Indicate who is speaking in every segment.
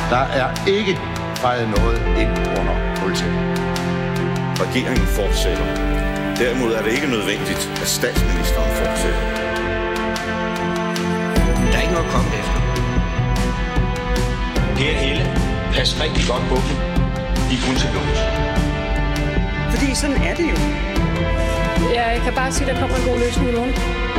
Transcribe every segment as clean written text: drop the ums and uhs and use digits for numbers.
Speaker 1: Der er ikke fejret noget ind under politiet.
Speaker 2: Regeringen fortsætter. Derimod er det ikke nødvendigt, at statsministeren fortsætter.
Speaker 3: Der er ikke noget at komme efter. Per Helle, pas rigtig godt på dem. De er kun til lås.
Speaker 4: Fordi sådan er det jo.
Speaker 5: Ja, jeg kan bare sige, at der kommer en god løsning i morgen.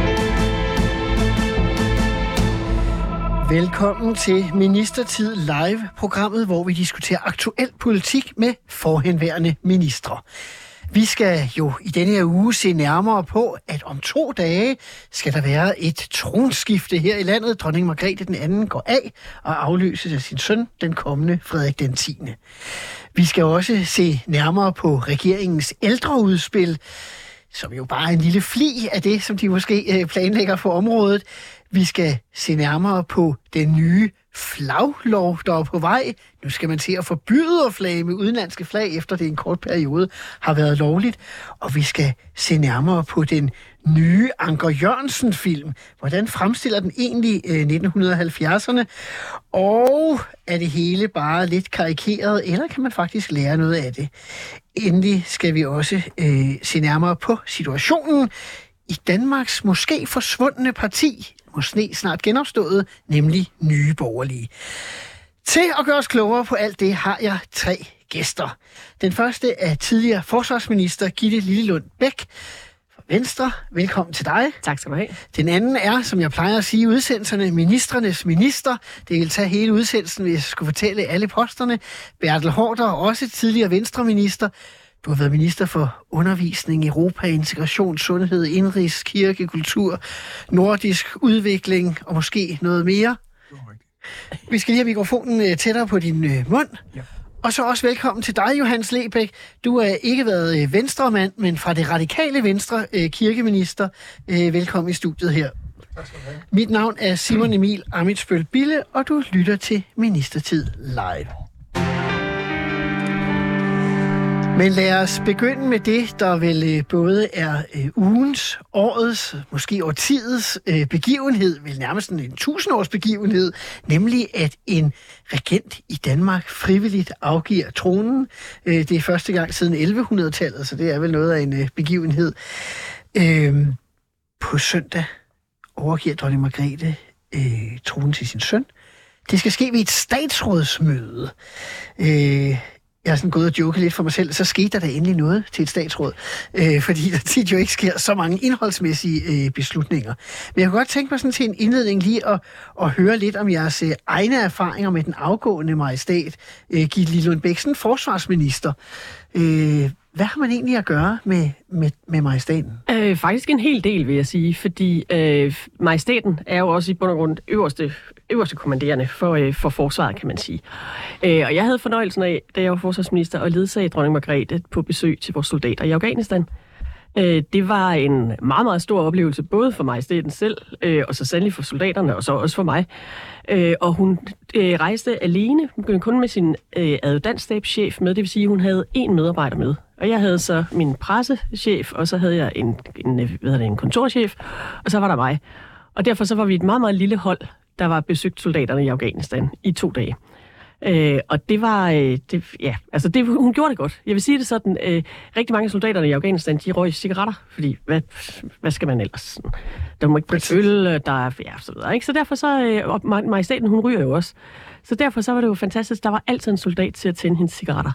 Speaker 6: Velkommen til Ministertid Live, programmet, hvor vi diskuterer aktuel politik med forhenværende ministre. Vi skal jo i denne her uge se nærmere på, at om 2 dage skal der være et tronskifte her i landet. Dronning Margrethe den anden går af og afløses af sin søn, den kommende Frederik den 10. Vi skal også se nærmere på regeringens ældreudspil, som jo bare er en lille flig af det, som de måske planlægger for området. Vi skal se nærmere på den nye flaglov, der er på vej. Nu skal man til at forbyde at flage med udenlandske flag, efter det en kort periode har været lovligt. Og vi skal se nærmere på den nye Anker Jørgensen-film. Hvordan fremstiller den egentlig 1970'erne? Og er det hele bare lidt karikeret, eller kan man faktisk lære noget af det? Endelig skal vi også se nærmere på situationen i Danmarks måske forsvundne parti, måske snart genopstået, nemlig Nye Borgerlige. Til at gøre os klogere på alt det, har jeg 3 gæster. Den første er tidligere forsvarsminister Gitte Lillelund Bech fra Venstre. Velkommen til dig.
Speaker 7: Tak skal du have.
Speaker 6: Den anden er, som jeg plejer at sige i udsendelserne, ministrenes minister. Det vil tage hele udsendelsen, hvis jeg skulle fortælle alle posterne. Bertel Haarder, også tidligere Venstreminister. Du har været minister for undervisning, Europa, integration, sundhed, indrigs, kirke, kultur, nordisk udvikling og måske noget mere. Vi skal lige have mikrofonen tættere på din mund. Ja. Og så også velkommen til dig, Johannes Lebæk. Du har ikke været venstremand, men fra det radikale Venstre, kirkeminister. Velkommen i studiet her. Tak skal du have. Mit navn er Simon Emil Amitsbøl Bille, og du lytter til Ministertid Live. Men lad os begynde med det, der vel både er ugens, årets, måske årtidets begivenhed, vel nærmest en 1000-års begivenhed, nemlig at en regent i Danmark frivilligt afgiver tronen. Det er første gang siden 1100-tallet, så det er vel noget af en begivenhed. På søndag overgiver dronning Margrethe tronen til sin søn. Det skal ske ved et statsrådsmøde. Jeg har sådan gået og joket lidt for mig selv, så skete der endelig noget til et statsråd, fordi der tit jo ikke sker så mange indholdsmæssige beslutninger. Men jeg kunne godt tænke mig sådan til en indledning lige at høre lidt om jeres egne erfaringer med den afgående majestæt, Gitte Lillelund Bech, forsvarsminister. Hvad har man egentlig at gøre med majestæten?
Speaker 7: Faktisk en hel del, vil jeg sige, fordi majestæten er jo også i bund og grund øverste kommanderende for forsvaret, kan man sige. Og jeg havde fornøjelsen af, da jeg var forsvarsminister, at ledsage dronning Margrethe på besøg til vores soldater i Afghanistan. Det var en meget, meget stor oplevelse, både for majestæten selv, og så sandelig for soldaterne, og så også for mig. Og hun rejste alene, kun med sin adjudantstabschef med, det vil sige, at hun havde 1 medarbejder med. Og jeg havde så min pressechef, og så havde jeg en kontorchef, og så var der mig. Og derfor så var vi et meget, meget lille hold, der var besøgt soldaterne i Afghanistan i 2 dage. Og det var, hun gjorde det godt. Jeg vil sige det sådan, rigtig mange af soldaterne i Afghanistan, de røg cigaretter, fordi hvad skal man ellers? Der må ikke drikke øl, der er, så videre, ikke? Så derfor så, og majestæten, hun ryger jo også. Så derfor så var det jo fantastisk, der var altid en soldat til at tænde hendes cigaretter.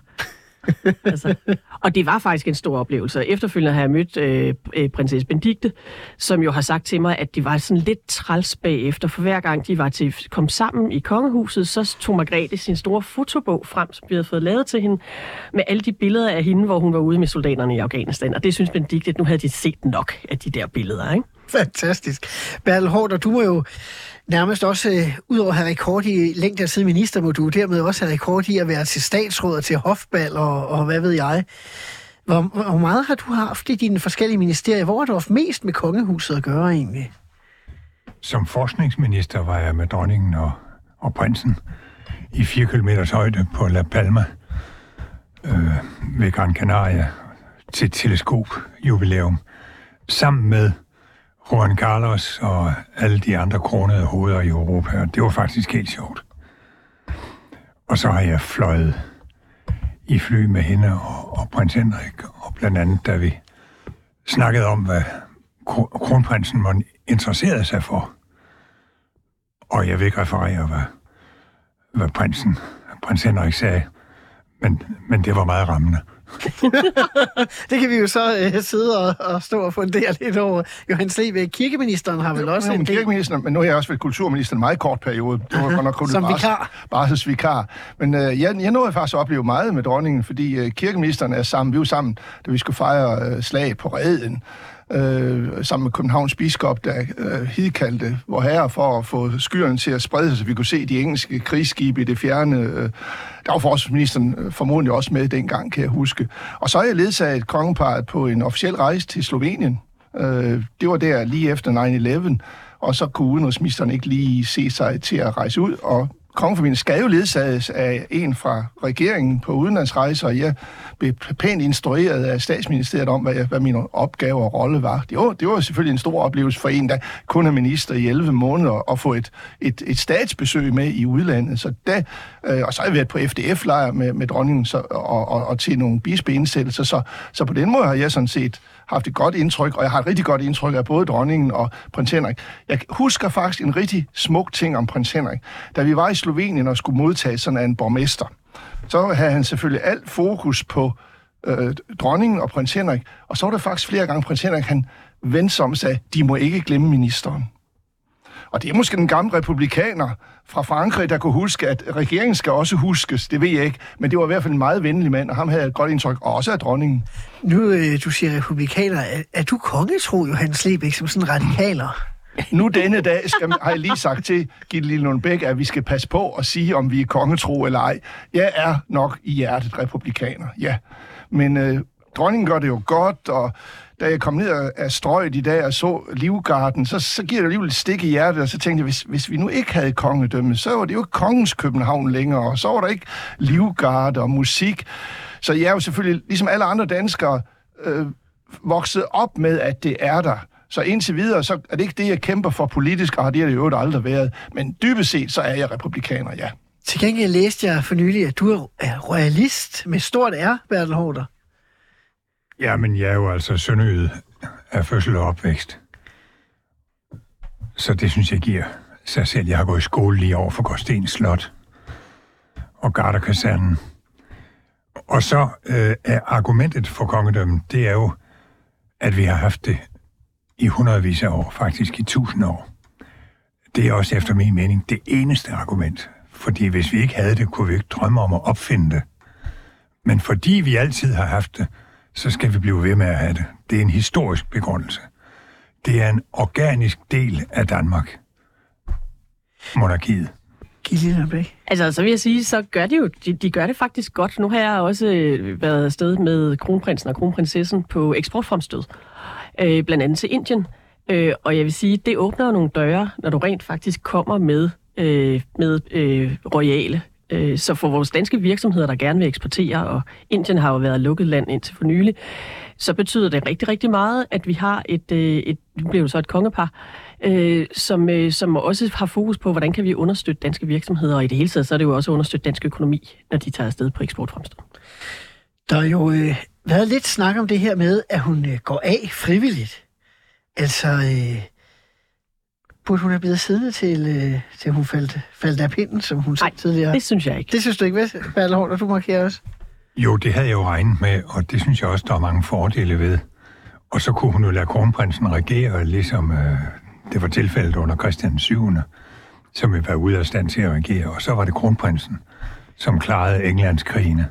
Speaker 7: Og det var faktisk en stor oplevelse. Efterfølgende har jeg mødt prinsesse Benedikte, som jo har sagt til mig, at de var sådan lidt træls bagefter, for hver gang de var kom sammen i kongehuset, så tog Margrethe sin store fotobog frem, som vi havde fået lavet til hende, med alle de billeder af hende, hvor hun var ude med soldaterne i Afghanistan. Og det synes Benedikte, at nu havde de set nok af de der billeder, ikke?
Speaker 6: Fantastisk. Bertel Haarder, du må jo nærmest også, udover at have rekord i længde af tid minister, må du dermed også have rekord i at være til statsråd og til hofbal og hvad ved jeg. Hvor meget har du haft i dine forskellige ministerier? Hvor har du haft mest med kongehuset at gøre egentlig?
Speaker 8: Som forskningsminister var jeg med dronningen og prinsen i 4 kilometers højde på La Palma ved Gran Canaria til teleskopjubilæum, sammen med Juan Carlos og alle de andre kronede hoveder i Europa, og det var faktisk helt sjovt. Og så har jeg fløjet i fly med hende og prins Henrik, og blandt andet, da vi snakkede om, hvad kronprinsen må interesserede sig for. Og jeg vil ikke referere, hvad prins Henrik sagde, men det var meget rammende.
Speaker 6: Det kan vi jo så sidde og stå og fundere lidt over. Johan Sleebæk, kirkeministeren har vel også en
Speaker 9: kirkeministeren, men nu har jeg også været kulturminister en meget kort periode. Det var godt nok kun
Speaker 6: som
Speaker 9: barselsvikar. Men jeg nåede faktisk at opleve meget med dronningen, fordi kirkeministeren vi var jo sammen, da vi skulle fejre slag på Reden. Sammen med Københavns biskop, der hidkaldte vor herre for at få skyerne til at sprede sig, så vi kunne se de engelske krigsskibe i det fjerne. Der var forsvarsministeren formodentlig også med dengang, kan jeg huske. Og så har jeg ledsaget kongeparret på en officiel rejse til Slovenien. Det var der lige efter 9/11, og så kunne udenrigsministeren ikke lige se sig til at rejse ud, og kongefamilien skal jo ledsages af en fra regeringen på udenlandsrejser, og jeg blev pænt instrueret af statsministeriet om, hvad mine opgaver og rolle var. Det var selvfølgelig en stor oplevelse for en, der kun er minister i 11 måneder, at få et statsbesøg med i udlandet. Så og så har jeg været på FDF-lejr med dronningen og til nogle bispeindsættelser. Så på den måde har jeg sådan set haft et godt indtryk, og jeg har et rigtig godt indtryk af både dronningen og prins Henrik. Jeg husker faktisk en rigtig smuk ting om prins Henrik. Da vi var i Slovenien og skulle modtage sådan en borgmester, så havde han selvfølgelig alt fokus på dronningen og prins Henrik, og så var der faktisk flere gange prins Henrik, han vendte sig om og sagde, de må ikke glemme ministeren. Og det er måske den gamle republikaner fra Frankrig, der kunne huske, at regeringen skal også huskes. Det ved jeg ikke, men det var i hvert fald en meget venlig mand, og ham havde et godt indtryk, og også af dronningen.
Speaker 6: Nu, du siger republikaner. Er du kongetro, Johan Sleebæk, som sådan radikaler?
Speaker 9: Nu denne dag har jeg lige sagt til Gitte Lillelund Bech, at vi skal passe på at sige, om vi er kongetro eller ej. Jeg er nok i hjertet republikaner, ja. Men dronningen gør det jo godt, og da jeg kom ned af Strøget i dag og så Livgarden, så giver det alligevel et stik i hjertet, og så tænkte jeg, hvis vi nu ikke havde kongedømme, så var det jo ikke kongens København længere, og så var der ikke Livgarde og musik. Så jeg er jo selvfølgelig, ligesom alle andre danskere, vokset op med, at det er der. Så indtil videre, så er det ikke det, jeg kæmper for politisk, og har det jo aldrig været. Men dybest set, så er jeg republikaner, ja.
Speaker 6: Til gengæld læste jeg for nylig, at du er royalist med stort R, Bertel Haarder.
Speaker 8: Ja, men jeg er jo altså sønderjyde af fødsel og opvækst. Så det synes jeg giver sig selv. Jeg har gået i skole lige over for Gråsten Slot og Garderkasernen. Og så er argumentet for kongedømmen, det er jo, at vi har haft det i hundredvis af år, faktisk i 1000 år. Det er også efter min mening det eneste argument. Fordi hvis vi ikke havde det, kunne vi ikke drømme om at opfinde det. Men fordi vi altid har haft det, så skal vi blive ved med at have det. Det er en historisk begrundelse. Det er en organisk del af Danmark. Monarkiet.
Speaker 7: Altså, så vil jeg sige, så gør de jo, de gør det faktisk godt. Nu har jeg også været afsted med kronprinsen og kronprinsessen på eksportfremstød, blandt andet til Indien. Og jeg vil sige, det åbner nogle døre, når du rent faktisk kommer med royale. Så for vores danske virksomheder, der gerne vil eksportere, og Indien har jo været lukket land indtil for nylig, så betyder det rigtig, rigtig meget, at vi har nu bliver det så et kongepar, som også har fokus på, hvordan kan vi understøtte danske virksomheder, og i det hele taget, så er det jo også understøtte dansk økonomi, når de tager afsted på eksportfremstød.
Speaker 6: Der er jo været lidt snak om det her med, at hun går af frivilligt. Altså, burde hun have blevet siddende til hun faldt af pinden, som hun sagde tidligere?
Speaker 7: Det synes jeg ikke.
Speaker 6: Det synes du ikke, Bertel Haarder, du markerer også?
Speaker 8: Jo, det havde jeg jo regnet med, og det synes jeg også, der er mange fordele ved. Og så kunne hun jo lade kronprinsen regere, ligesom det var tilfældet under Christian 7., som ville være ude af stand til at regere. Og så var det kronprinsen, som klarede Englandskrigene.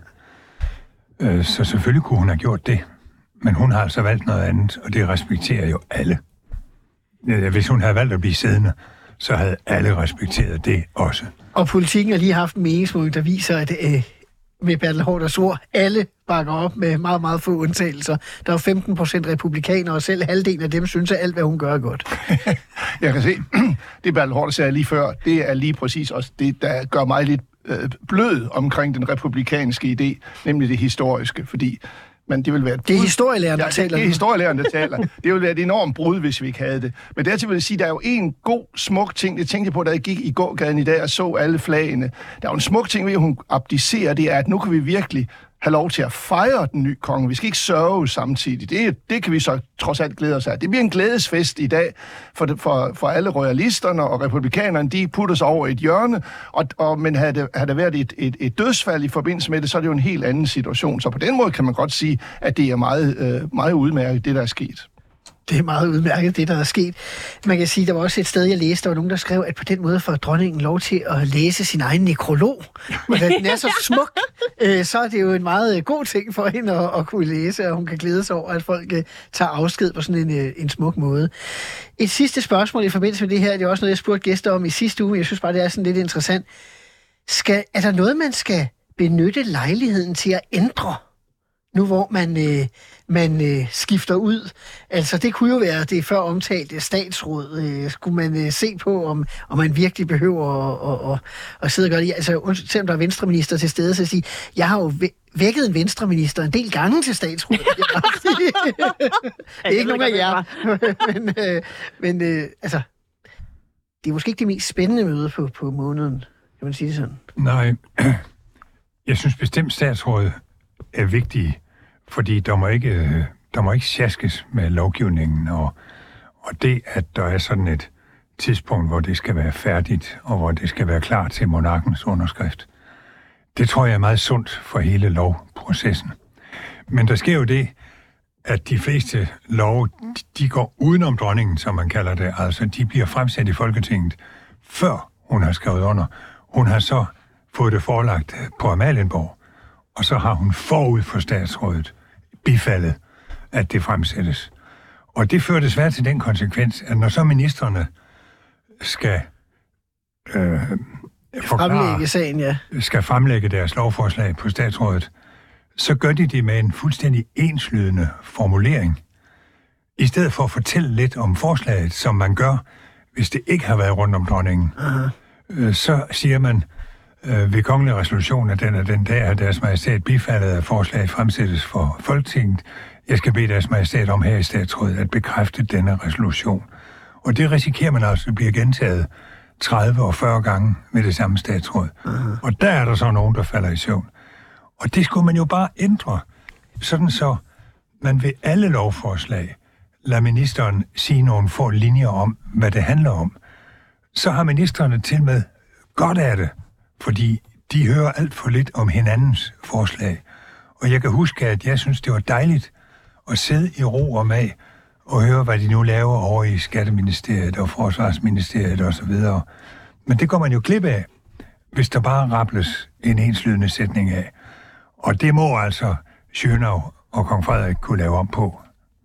Speaker 8: Så selvfølgelig kunne hun have gjort det. Men hun har altså valgt noget andet, og det respekterer jo alle. Hvis hun havde valgt at blive siddende, så havde alle respekteret det også.
Speaker 6: Og Politikken har lige haft en meningsmåling, der viser, at med Bertel Haarders ord, alle bakker op med meget, meget få undtagelser. Der er 15% republikanere, og selv halvdelen af dem synes, at alt, hvad hun gør, er godt.
Speaker 9: Jeg kan se, det Bertel Haarder sagde lige før, det er lige præcis også det, der gør mig lidt blød omkring den republikanske idé, nemlig det historiske, fordi Men det vil være
Speaker 6: det er historielæreren, der taler.
Speaker 9: Det er historielæreren, der taler. Det vil være et enormt brud, hvis vi ikke havde det. Men dertil vil jeg sige, at der er jo en god, smuk ting. Jeg tænkte på, da jeg gik i gågaden i dag og så alle flagene. Der er jo en smuk ting ved, at hun abdicerer. Det er, at nu kan vi virkelig have lov til at fejre den nye konge. Vi skal ikke sørge samtidig. Det kan vi så trods alt glæde os af. Det bliver en glædesfest i dag for alle royalisterne og republikanerne. De putter sig over et hjørne, men havde der været et dødsfald i forbindelse med det, så er det jo en helt anden situation. Så på den måde kan man godt sige, at det er meget, meget udmærket, det der er sket.
Speaker 6: Det er meget udmærket, det der er sket. Man kan sige, der var også et sted, jeg læste, der var nogen, der skrev, at på den måde får dronningen lov til at læse sin egen nekrolog. Og da den er så smuk, så er det jo en meget god ting for hende at kunne læse, og hun kan glæde sig over, at folk tager afsked på sådan en smuk måde. Et sidste spørgsmål i forbindelse med det her, det er også noget, jeg spurgte gæster om i sidste uge. Jeg synes bare, det er sådan lidt interessant. Er der noget, man skal benytte lejligheden til at ændre? Nu hvor man skifter ud. Altså, det kunne jo være det før omtalte statsråd. Skulle man se på, om man virkelig behøver at sidde og gøre det? Altså, selvom der er venstreminister til stede, så sige, jeg har jo vækket en venstreminister en del gange til statsråd. Det er ikke nogen af jer. men altså, det er måske ikke det mest spændende møde på måneden. Kan man sige det sådan?
Speaker 8: Nej. Jeg synes bestemt, statsrådet er vigtige, fordi der må ikke sjaskes med lovgivningen, og det, at der er sådan et tidspunkt, hvor det skal være færdigt, og hvor det skal være klar til monarkens underskrift, det tror jeg er meget sundt for hele lovprocessen. Men der sker jo det, at de fleste love, de går udenom dronningen, som man kalder det, altså de bliver fremsat i Folketinget, før hun har skrevet under. Hun har så fået det forelagt på Amalienborg, og så har hun forud for statsrådet bifaldet, at det fremsættes. Og det fører desværre til den konsekvens, at når så ministerne skal skal fremlægge deres lovforslag på statsrådet, så gør de det med en fuldstændig enslydende formulering. I stedet for at fortælle lidt om forslaget, som man gør, hvis det ikke har været rundt om dronningen, så siger man, ved kongelig resolution af den dag, at deres majestæt bifaldet af forslaget fremsættes for Folketinget. Jeg skal bede deres majestæt om her i statsrådet at bekræfte denne resolution. Og det risikerer man altså at blive gentaget 30 og 40 gange med det samme statsråd. Og der er der så nogen, der falder i søvn. Og det skulle man jo bare ændre, sådan så man ved alle lovforslag lader ministeren sige nogle få linjer om, hvad det handler om. Så har ministerne til med godt af det, fordi de hører alt for lidt om hinandens forslag. Og jeg kan huske, at jeg synes, det var dejligt at sidde i ro og mag og høre, hvad de nu laver over i Skatteministeriet og Forsvarsministeriet osv. Men det går man jo glip af, hvis der bare rables en enslydende sætning af. Og det må altså Schönau og kong Frederik kunne lave om på.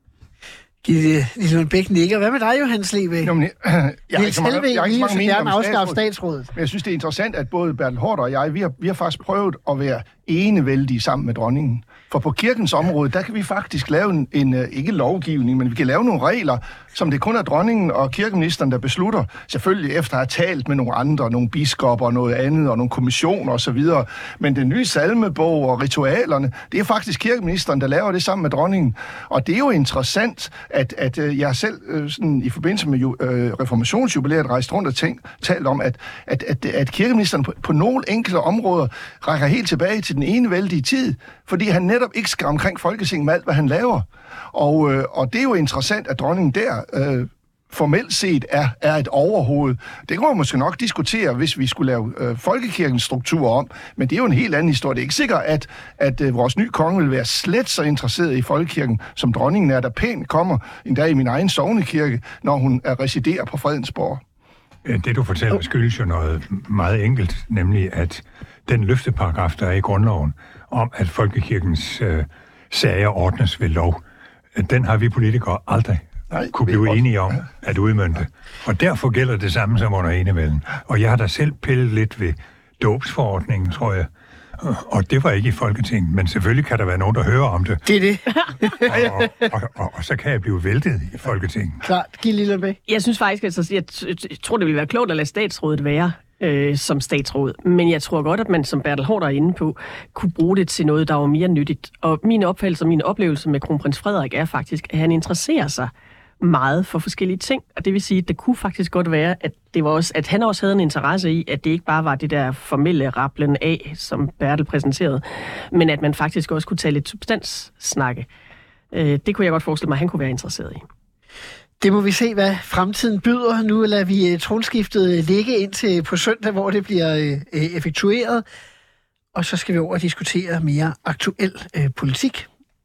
Speaker 6: Lille Bæk nikker. Hvad med dig, Johannes Lebæk?
Speaker 9: Jeg har ikke så mange meninger om
Speaker 6: statsrådet.
Speaker 9: Men jeg synes, det er interessant, at både Bertel Haarder og jeg, vi har faktisk prøvet at være enevældige sammen med dronningen. For på kirkens område, der kan vi faktisk lave ikke lovgivning, men vi kan lave nogle regler, som det kun er dronningen og kirkeministeren, der beslutter. Selvfølgelig efter at have talt med nogle andre, nogle biskopper og noget andet, og nogle kommissioner osv. Men den nye salmebog og ritualerne, det er faktisk kirkeministeren, der laver det sammen med dronningen. Og det er jo interessant, at jeg selv sådan, i forbindelse med reformationsjubilæet rejste rundt og talt om, at kirkeministeren på nogle enkelte områder rækker helt tilbage til den enevældige tid, fordi han netop ikke skal omkring Folketinget med alt, hvad han laver. Og det er jo interessant, at dronningen der formelt set er et overhoved. Det kan man måske nok diskutere, hvis vi skulle lave folkekirkens struktur om, men det er jo en helt anden historie. Det er ikke sikkert, at vores nye konge vil være slet så interesseret i folkekirken, som dronningen er, der pænt kommer endda i min egen sognekirke, når hun residerer på Fredensborg.
Speaker 8: Det, du fortæller, skyldes jo noget meget enkelt, nemlig at den løfteparagraf, der er i grundloven, om at folkekirkens sager ordnes ved lov, den har vi politikere aldrig kunne blive enige om at udmønte. Og derfor gælder det samme som under enevælden. Og jeg har da selv pillet lidt ved dåbsforordningen, tror jeg. Og det var ikke i Folketinget, men selvfølgelig kan der være nogen, der hører om det.
Speaker 6: Det er det.
Speaker 8: og så kan jeg blive væltet i Folketinget.
Speaker 6: Klart. Giv Lille Bæk.
Speaker 7: Jeg synes faktisk, at jeg tror, det ville være klogt at lade statsrådet være. som statsråd. Men jeg tror godt, at man, som Bertel Haarder er inde på, kunne bruge det til noget, der var mere nyttigt. Og min opfattelse og min oplevelse med kronprins Frederik er faktisk, at han interesserer sig meget for forskellige ting. Og det vil sige, at det kunne faktisk godt være, at det var også, at han også havde en interesse i, at det ikke bare var det der formelle rapplen af, som Bertel præsenterede, men at man faktisk også kunne tage lidt substanssnakke. Det kunne jeg godt forestille mig, at han kunne være interesseret i.
Speaker 6: Det må vi se, hvad fremtiden byder. Nu lader vi tronskiftet ligge indtil på søndag, hvor det bliver effektueret. Og så skal vi over og diskutere mere aktuel politik.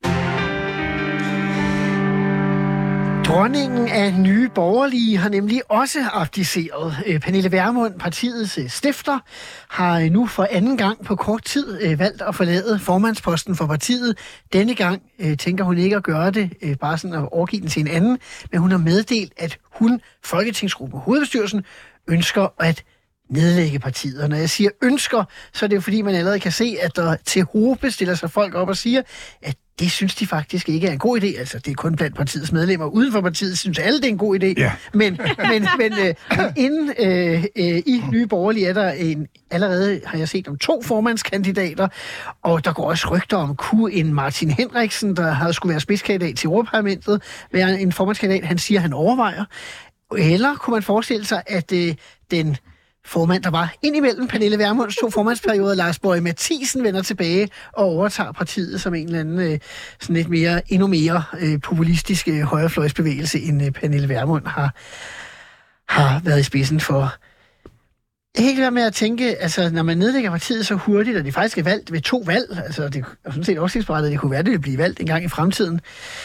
Speaker 6: Dronningen af Nye Borgerlige har nemlig også abdiceret. Pernille Vermund, partiets stifter, har nu for anden gang på kort tid valgt at forlade formandsposten for partiet. Denne gang tænker hun ikke at gøre det, bare sådan at overgive den til en anden, men hun har meddelt, at hun, Folketingsgruppen og hovedbestyrelsen, ønsker at nedlægge partiet. Og når jeg siger ønsker, så er det jo fordi, man allerede kan se, at der til hobe stiller sig folk op og siger, at det synes de faktisk ikke er en god idé. Altså, det er kun blandt partiets medlemmer. Uden for partiet synes alle, det er en god idé. Ja. Men inden i Nye Borgerlige er der allerede, har jeg set, om 2 formandskandidater, og der går også rygter om, kunne en Martin Henriksen, der har skulle være spidskandidat til Europaparlamentet, være en formandskandidat, han siger, han overvejer. Eller kunne man forestille sig, at den formand, der var indimellem Pernille Vermunds 2 formandsperioder, Lars Boje Mathiesen, vender tilbage og overtager partiet som en eller anden sådan lidt mere, endnu mere populistisk højrefløjsbevægelse, end Pernille Vermund har været i spidsen for. Jeg kan ikke være med at tænke, altså når man nedlægger partiet så hurtigt, og det faktisk er valgt ved 2 valg, altså det er sådan set opsigtsberettet, det kunne være, det vil blive valgt en gang i fremtiden.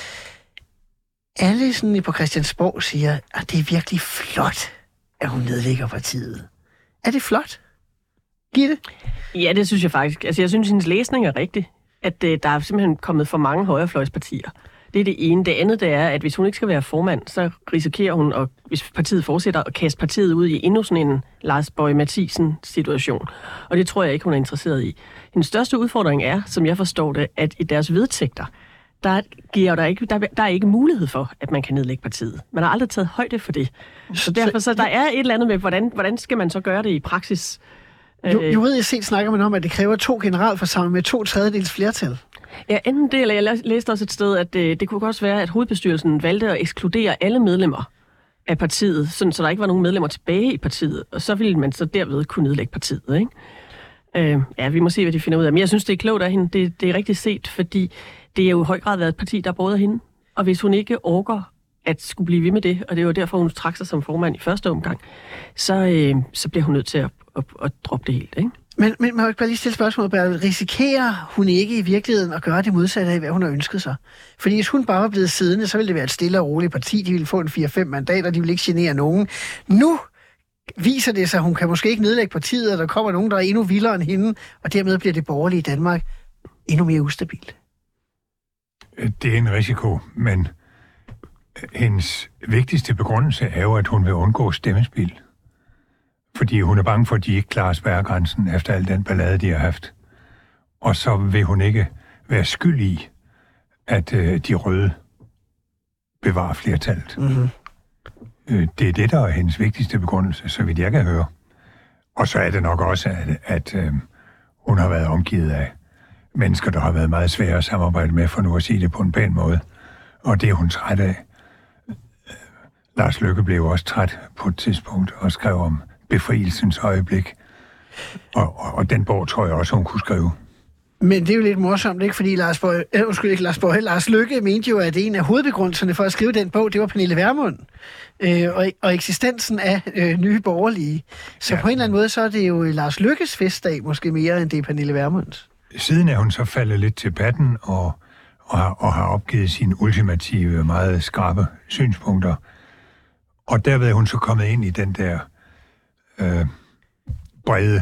Speaker 6: Alle sådan på Christiansborg siger, at det er virkelig flot, at hun nedlægger partiet. Er det flot? Gitte?
Speaker 7: Ja, det synes jeg faktisk. Altså, jeg synes, hendes læsning er rigtig. At der er simpelthen kommet for mange højrefløjspartier. Det er det ene. Det andet, det er, at hvis hun ikke skal være formand, så risikerer hun, og hvis partiet fortsætter, at kaste partiet ud i endnu sådan en Lars Boje Mathiesen-situation. Og det tror jeg ikke, hun er interesseret i. Hendes største udfordring er, som jeg forstår det, at i deres vedtægter, der er ikke mulighed for, at man kan nedlægge partiet. Man har aldrig taget højde for det. Så derfor så der er et eller andet med, hvordan skal man så gøre det i praksis?
Speaker 6: Jo ved jeg set snakker man om, at det kræver 2 generalforsamlinger med 2/3 flertal.
Speaker 7: Ja, enten det, eller jeg læste også et sted, at det kunne også være, at hovedbestyrelsen valgte at ekskludere alle medlemmer af partiet, sådan, så der ikke var nogen medlemmer tilbage i partiet, og så ville man så derved kunne nedlægge partiet, ikke? Ja, vi må se, hvad de finder ud af. Men jeg synes, det er klogt af hende. Det er rigtigt set, fordi det er jo i høj grad været et parti, der brød af hende. Og hvis hun ikke orker at skulle blive ved med det, og det er jo derfor, hun trak sig som formand i første omgang, så bliver hun nødt til at droppe det helt, ikke?
Speaker 6: Men man må ikke bare lige stille spørgsmålet, Bertel. Risikerer hun ikke i virkeligheden at gøre det modsatte af, hvad hun har ønsket sig? Fordi hvis hun bare var blevet siddende, så ville det være et stille og roligt parti. De ville få en 4-5 mandater, de ville ikke genere nogen. Nu viser det sig, at hun kan måske ikke nedlægge partiet, og der kommer nogen, der er endnu vildere end hende, og dermed bliver det borgerlige Danmark endnu mere ustabilt.
Speaker 8: Det er en risiko, men hendes vigtigste begrundelse er jo, at hun vil undgå stemmespil. Fordi hun er bange for, at de ikke klarer spærregrænsen efter al den ballade, de har haft. Og så vil hun ikke være skyld i, at de røde bevarer flertallet. Mm-hmm. Det er det, der er hendes vigtigste begrundelse, så vidt jeg kan høre. Og så er det nok også, at hun har været omgivet af mennesker, der har været meget svære at samarbejde med, for nu at sige det på en pæn måde. Og det er hun træt af. Lars Løkke blev også træt på et tidspunkt og skrev om befrielsens øjeblik. Og den bog tror jeg også, hun kunne skrive.
Speaker 6: Men det er jo lidt morsomt, ikke? Fordi Lars Løkke mente jo, at en af hovedbegrundelserne for at skrive den bog, det var Pernille Vermund. Og eksistensen af Nye Borgerlige. Så på en eller anden måde, så er det jo Lars Løkkes festdag, måske mere, end det er Pernille Vermunds.
Speaker 8: Siden er hun så faldet lidt til patten og har opgivet sine ultimative, meget skarpe synspunkter. Og derved er hun så kommet ind i den der brede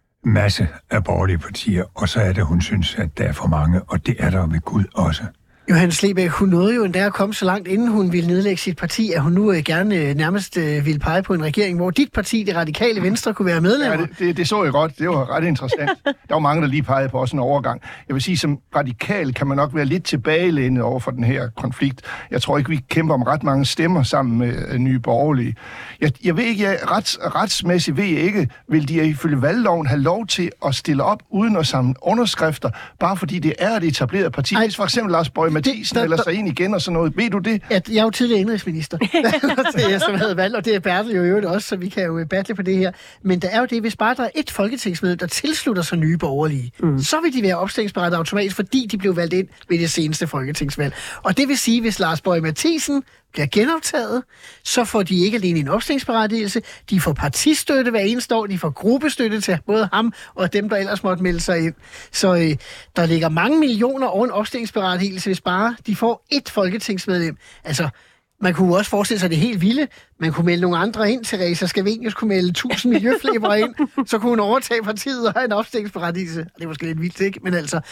Speaker 8: masse af borgerlige partier, og så er det, hun synes, at der er for mange, og det er der ved Gud også.
Speaker 6: Johannes Lebæk, hun nåede jo endda at komme så langt, inden hun ville nedlægge sit parti, at hun nu gerne nærmest ville pege på en regering, hvor dit parti, Det Radikale Venstre, kunne være medlemmer.
Speaker 9: Ja, det så jeg godt. Det var ret interessant. Der var mange, der lige pegede på også en overgang. Jeg vil sige, som radikal kan man nok være lidt tilbagelænet over for den her konflikt. Jeg tror ikke, vi kæmper om ret mange stemmer sammen med Nye Borgerlige. Jeg ved ikke, retsmæssigt ved jeg ikke, vil de ifølge valgloven have lov til at stille op uden at samle underskrifter, bare fordi det er et etableret parti. Hvis for eksempel Lars Boje Mathiesen eller sig ind igen og sådan noget. Ved du det?
Speaker 6: Jeg er jo tidligere indrigsminister, som havde valgt, og det er Bertel jo i øvrigt også, så vi kan jo battle på det her. Men der er jo det, hvis bare der er et folketingsmedlem, der tilslutter sig Nye Borgerlige, så vil de være opstillingsberettigede automatisk, fordi de blev valgt ind ved det seneste folketingsvalg. Og det vil sige, hvis Lars Boje Mathiesen bliver genoptaget, så får de ikke alene en opstillingsberettigelse, de får partistøtte hver eneste år, de får gruppestøtte til både ham og dem, der ellers måtte melde sig ind. Så der ligger mange millioner over en opstillingsberettigelse, hvis bare de får et folketingsmedlem. Altså, man kunne også forestille sig det helt vilde. Man kunne melde nogle andre ind. Teresa Scavenius kunne melde 1000 miljøflæber ind, så kunne hun overtage partiet og have en opstillingsberettigelse. Det er måske lidt vildt, ikke? Men altså,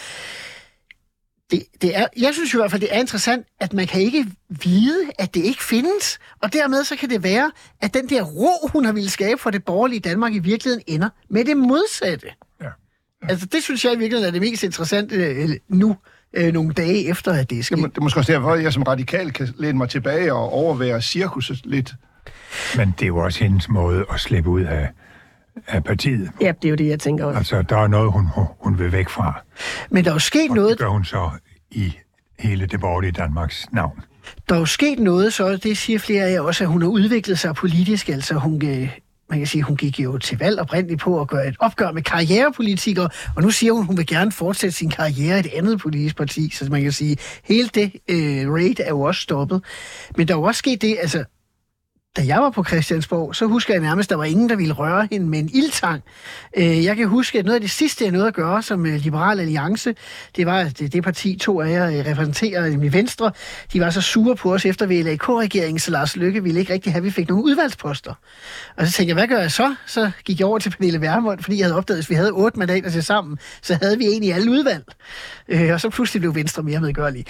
Speaker 6: jeg synes jo i hvert fald, det er interessant, at man kan ikke vide, at det ikke findes. Og dermed så kan det være, at den der ro, hun har ville skabe for det borgerlige Danmark, i virkeligheden ender med det modsatte. Ja. Altså, det synes jeg i virkeligheden er det mest interessante nu, nogle dage efter, at det er sket.
Speaker 9: Det er måske også derfor, at jeg som radikal kan læne mig tilbage og overvære cirkuset lidt.
Speaker 8: Men det er jo også hendes måde at slippe ud af partiet.
Speaker 7: Ja, det er jo det, jeg tænker også.
Speaker 8: Altså, der er noget, hun vil væk fra.
Speaker 6: Men der er jo sket noget...
Speaker 8: det gør hun så i hele det borgerlige Danmarks navn.
Speaker 6: Der er jo sket noget, så det siger flere af jer også, at hun har udviklet sig politisk. Altså, man kan sige, hun gik jo til valg oprindeligt på at gøre et opgør med karrierepolitikere, og nu siger hun vil gerne fortsætte sin karriere i et andet politisk parti, så man kan sige, hele det raid er jo også stoppet. Men der er jo også sket det, altså, da jeg var på Christiansborg, så husker jeg nærmest, at der var ingen, der ville røre hende med en ildtang. Jeg kan huske, at noget af det sidste, jeg nåede at gøre som Liberal Alliance, det var, at det parti, to af jer repræsenterer, nemlig Venstre, de var så sure på os efter VLAK-regeringen, så Lars Løkke ville ikke rigtig have, at vi fik nogle udvalgsposter. Og så tænkte jeg, hvad gør jeg så? Så gik jeg over til Pernille Vermund, fordi jeg havde opdaget, at hvis vi havde 8 mandater til sammen, så havde vi egentlig alle udvalg. Og så pludselig blev Venstre mere medgørlig.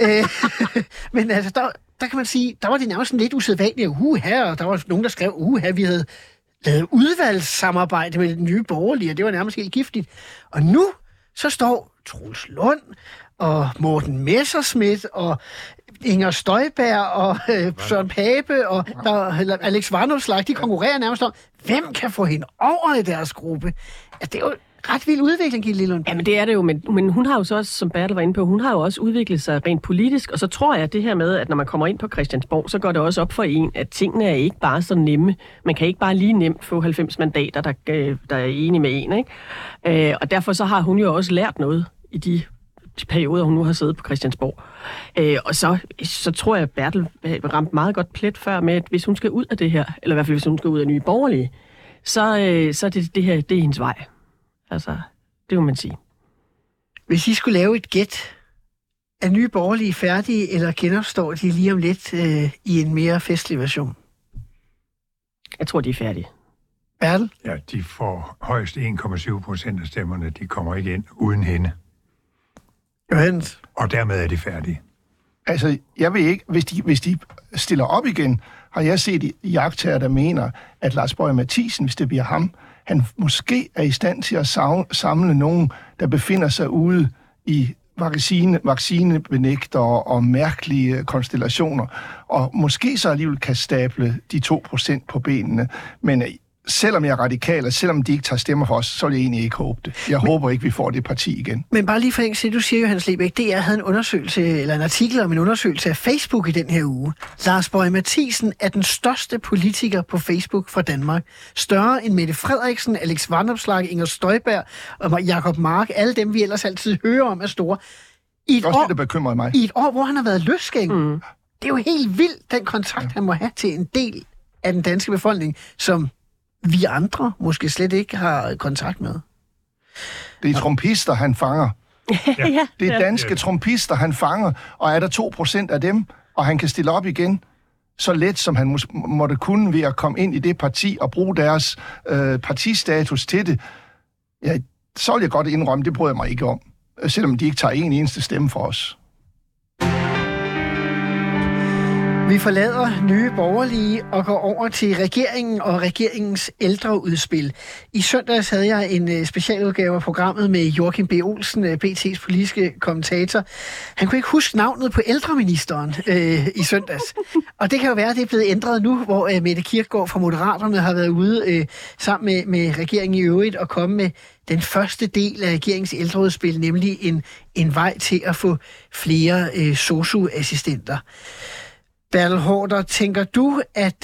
Speaker 6: Men altså, der kan man sige, der var det nærmest lidt usædvanligt, og der var nogen, der skrev, vi havde lavet udvalgssamarbejde med den Nye Borgerlige, og det var nærmest helt giftigt. Og nu, så står Troels Lund, og Morten Messerschmidt, og Inger Støjberg, og Søren Pape, og Alex Vanopslagh, de konkurrerer nærmest om, hvem kan få hende over i deres gruppe? Altså, det er jo ret vild udvikling, Gitte Lillelund.
Speaker 7: Ja, men det er det jo, men hun har jo så også, som Bertel var inde på, hun har jo også udviklet sig rent politisk, og så tror jeg, at det her med, at når man kommer ind på Christiansborg, så går det også op for en, at tingene er ikke bare så nemme. Man kan ikke bare lige nemt få 90 mandater, der er enige med en, ikke? Og derfor så har hun jo også lært noget i de perioder, hun nu har siddet på Christiansborg. Og så tror jeg, at Bertel ramte meget godt plet før med, at hvis hun skal ud af det her, eller i hvert fald hvis hun skal ud af Nye Borgerlige, så er det her, det er hendes vej. Altså, det må man sige.
Speaker 6: Hvis I skulle lave et gæt, er Nye Borgerlige færdige, eller genopstår de lige om lidt i en mere festlig version?
Speaker 7: Jeg tror, de er færdige.
Speaker 6: Bertel?
Speaker 8: Ja, de får højst 1,7% af stemmerne. De kommer ikke ind uden hende.
Speaker 6: Johannes?
Speaker 8: Og dermed er de færdige.
Speaker 9: Altså, jeg ved ikke, hvis de stiller op igen, har jeg set iagttagere, der mener, at Lars Boje Mathiesen, hvis det bliver ham, han måske er i stand til at samle nogen, der befinder sig ude i vaccinebenægtere og mærkelige konstellationer, og måske så alligevel kan stable de 2% på benene. Men selvom jeg er radikal, og selvom de ikke tager stemmer for os, så vil jeg egentlig ikke håbe det. Jeg håber ikke, vi får det parti igen.
Speaker 6: Men bare lige for en du siger, Johannes Lebæk, DR havde en undersøgelse, eller en artikel om en undersøgelse af Facebook i den her uge. Lars Boje Mathiesen er den største politiker på Facebook fra Danmark. Større end Mette Frederiksen, Alex Vanopslagh, Inger Støjberg og Jacob Mark. Alle dem, vi ellers altid hører om, er store. I et år, hvor han har været løsgænger. Det er jo helt vildt, den kontakt, han må have til en del af den danske befolkning, som vi andre måske slet ikke har kontakt med.
Speaker 9: Det er trompister, han fanger.
Speaker 7: Ja.
Speaker 9: Det er danske trompister, han fanger. Og er der 2% af dem, og han kan stille op igen, så let som han måtte kunne ved at komme ind i det parti og bruge deres partistatus til det, ja, så vil jeg godt indrømme, det bryder jeg mig ikke om. Selvom de ikke tager en eneste stemme for os.
Speaker 6: Vi forlader Nye Borgerlige og går over til regeringen og regeringens ældreudspil. I søndags havde jeg en specialudgave af programmet med Joachim B. Olsen, BT's politiske kommentator. Han kunne ikke huske navnet på ældreministeren i søndags. Og det kan jo være, at det er blevet ændret nu, hvor Mette Kirkegaard fra Moderaterne har været ude sammen med regeringen i øvrigt og komme med den første del af regeringens ældreudspil, nemlig en vej til at få flere sosu-assistenter. Bertel Haarder, tænker du, at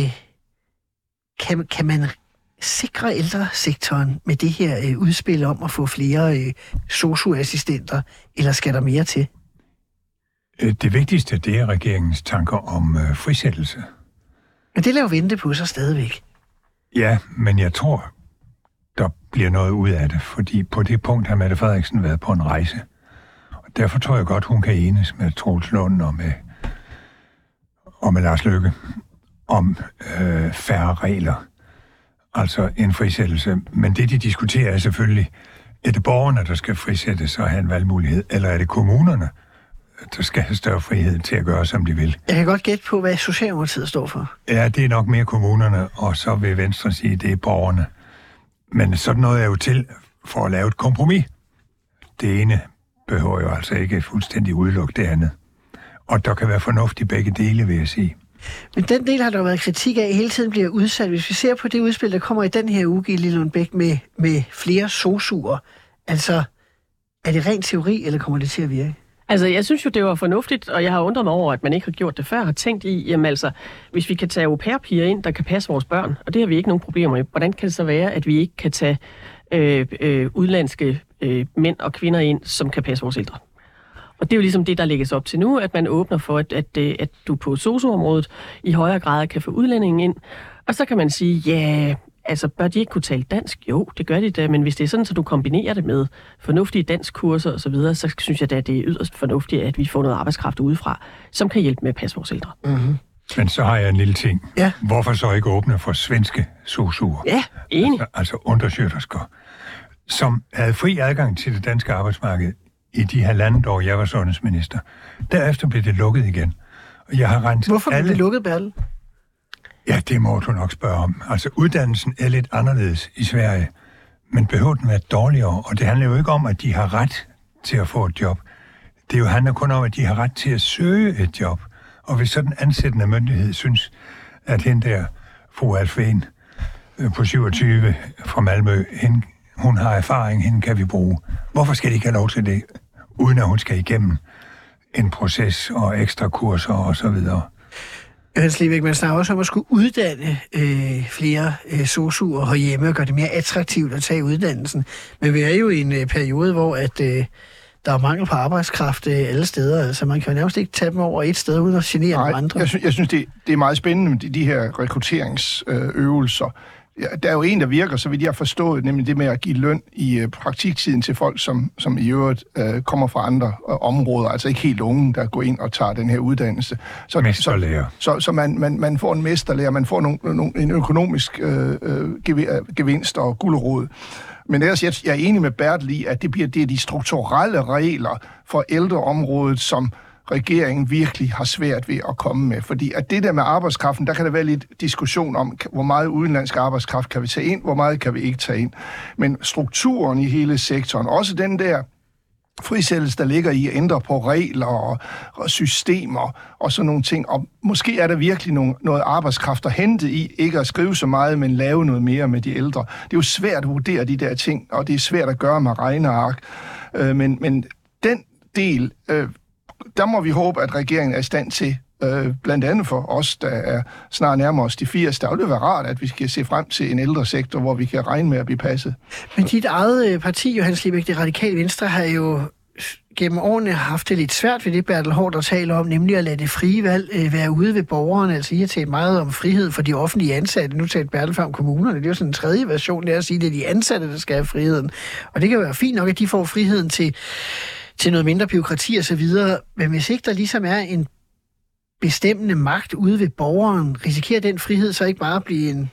Speaker 6: kan man sikre ældresektoren med det her udspil om at få flere sosu-assistenter, eller skal der mere til?
Speaker 8: Det vigtigste, det er regeringens tanker om frisættelse.
Speaker 6: Men det lader jo vente på sig stadigvæk.
Speaker 8: Ja, men jeg tror, der bliver noget ud af det, fordi på det punkt har Mette Frederiksen været på en rejse. Og derfor tror jeg godt, hun kan enes med Troels Lund og med Lars Løkke om færre regler, altså en frisættelse. Men det, de diskuterer, er selvfølgelig, er det borgerne, der skal frisættes og have en valgmulighed, eller er det kommunerne, der skal have større frihed til at gøre, som de vil?
Speaker 6: Jeg kan godt gætte på, hvad Socialdemokratiet står for.
Speaker 8: Ja, det er nok mere kommunerne, og så vil Venstre sige, at det er borgerne. Men sådan noget er jo til for at lave et kompromis. Det ene behøver jo altså ikke fuldstændig udelukke det andet. Og der kan være fornuft i begge dele, vil jeg sige. Men
Speaker 6: den del har der været kritik af, hele tiden bliver udsat. Hvis vi ser på det udspil, der kommer i den her uge, Gitte Lillelund Bech, med flere sosuer, altså, er det ren teori, eller kommer det til at virke?
Speaker 7: Altså, jeg synes jo, det var fornuftigt, og jeg har undret mig over, at man ikke har gjort det før. Har tænkt i, jamen altså, hvis vi kan tage au pair-piger ind, der kan passe vores børn, og det har vi ikke nogen problemer med, hvordan kan det så være, at vi ikke kan tage udlandske mænd og kvinder ind, som kan passe vores ældre? Og det er jo ligesom det, der lægges op til nu, at man åbner for, at du på sosu-området i højere grad kan få udlændingen ind. Og så kan man sige, ja, altså bør de ikke kunne tale dansk? Jo, det gør de da, men hvis det er sådan, så du kombinerer det med fornuftige danskkurser osv., så synes jeg da, at det er yderst fornuftigt, at vi får noget arbejdskraft udefra, som kan hjælpe med at passe vores ældre.
Speaker 8: Mm-hmm. Men så har jeg en lille ting. Ja. Hvorfor så ikke åbne for svenske sosuer?
Speaker 7: Ja, enig.
Speaker 8: Altså undersøgersker, som havde fri adgang til det danske arbejdsmarked i de 1,5 år, jeg var sundhedsminister. Derefter blev det lukket igen. Og jeg har renset
Speaker 6: Hvorfor blev det lukket, Bertel?
Speaker 8: Ja, det må du nok spørge om. Altså, uddannelsen er lidt anderledes i Sverige, men behøver den være dårligere? Og det handler jo ikke om, at de har ret til at få et job. Det handler kun om, at de har ret til at søge et job. Og hvis sådan en ansættende myndighed synes, at hende der, fru Alfven på 27 fra Malmø, hun har erfaring, hende kan vi bruge. Hvorfor skal de ikke have lov til det, uden at hun skal igennem en proces og ekstra kurser og så videre?
Speaker 6: Hans Lebeck, man snakker også om at skulle uddanne flere sosuer herhjemme og gøre det mere attraktivt at tage uddannelsen. Men vi er jo i en periode, hvor der er mangel på arbejdskraft alle steder. Altså man kan jo nærmest ikke tage dem over et sted uden at genere nogle andre.
Speaker 9: Jeg synes det er meget spændende med de her rekrutteringsøvelser. Ja, der er jo en, der virker, så vidt jeg har forstået, nemlig det med at give løn i praktiktiden til folk, som i øvrigt kommer fra andre områder, altså ikke helt unge, der går ind og tager den her uddannelse.
Speaker 8: Mesterlærer.
Speaker 9: Så man får en mesterlærer, man får en økonomisk gevinst og gulerod. Men ellers, jeg er enig med Bertel i, at det er de strukturelle regler for ældreområdet, som regeringen virkelig har svært ved at komme med. Fordi at det der med arbejdskraften, der kan der være lidt diskussion om, hvor meget udenlandsk arbejdskraft kan vi tage ind, hvor meget kan vi ikke tage ind. Men strukturen i hele sektoren, også den der frisættelse, der ligger i at ændre på regler og systemer og sådan nogle ting. Og måske er der virkelig noget arbejdskraft at hente i, ikke at skrive så meget, men lave noget mere med de ældre. Det er jo svært at vurdere de der ting, og det er svært at gøre med regneark. Men den del, der må vi håbe, at regeringen er i stand til, blandt andet for os, der er snart nærmere os de 80, der vil det være rart, at vi skal se frem til en ældre sektor, hvor vi kan regne med at blive passet.
Speaker 6: Men dit eget parti, Johannes Lebeck, det Radikale Venstre, har jo gennem årene haft det lidt svært ved det, Bertel Haarder taler om, nemlig at lade det frie valg være ude ved borgerne. Altså, I har talt meget om frihed for de offentlige ansatte. Nu talte Bertel før om kommunerne. Det er jo sådan en tredje version, det er at sige, at det er de ansatte, der skal have friheden. Og det kan være fint nok, at de får friheden til noget mindre bureaukrati og så videre. Men hvis ikke der ligesom er en bestemmende magt ude ved borgeren, risikerer den frihed så ikke bare at blive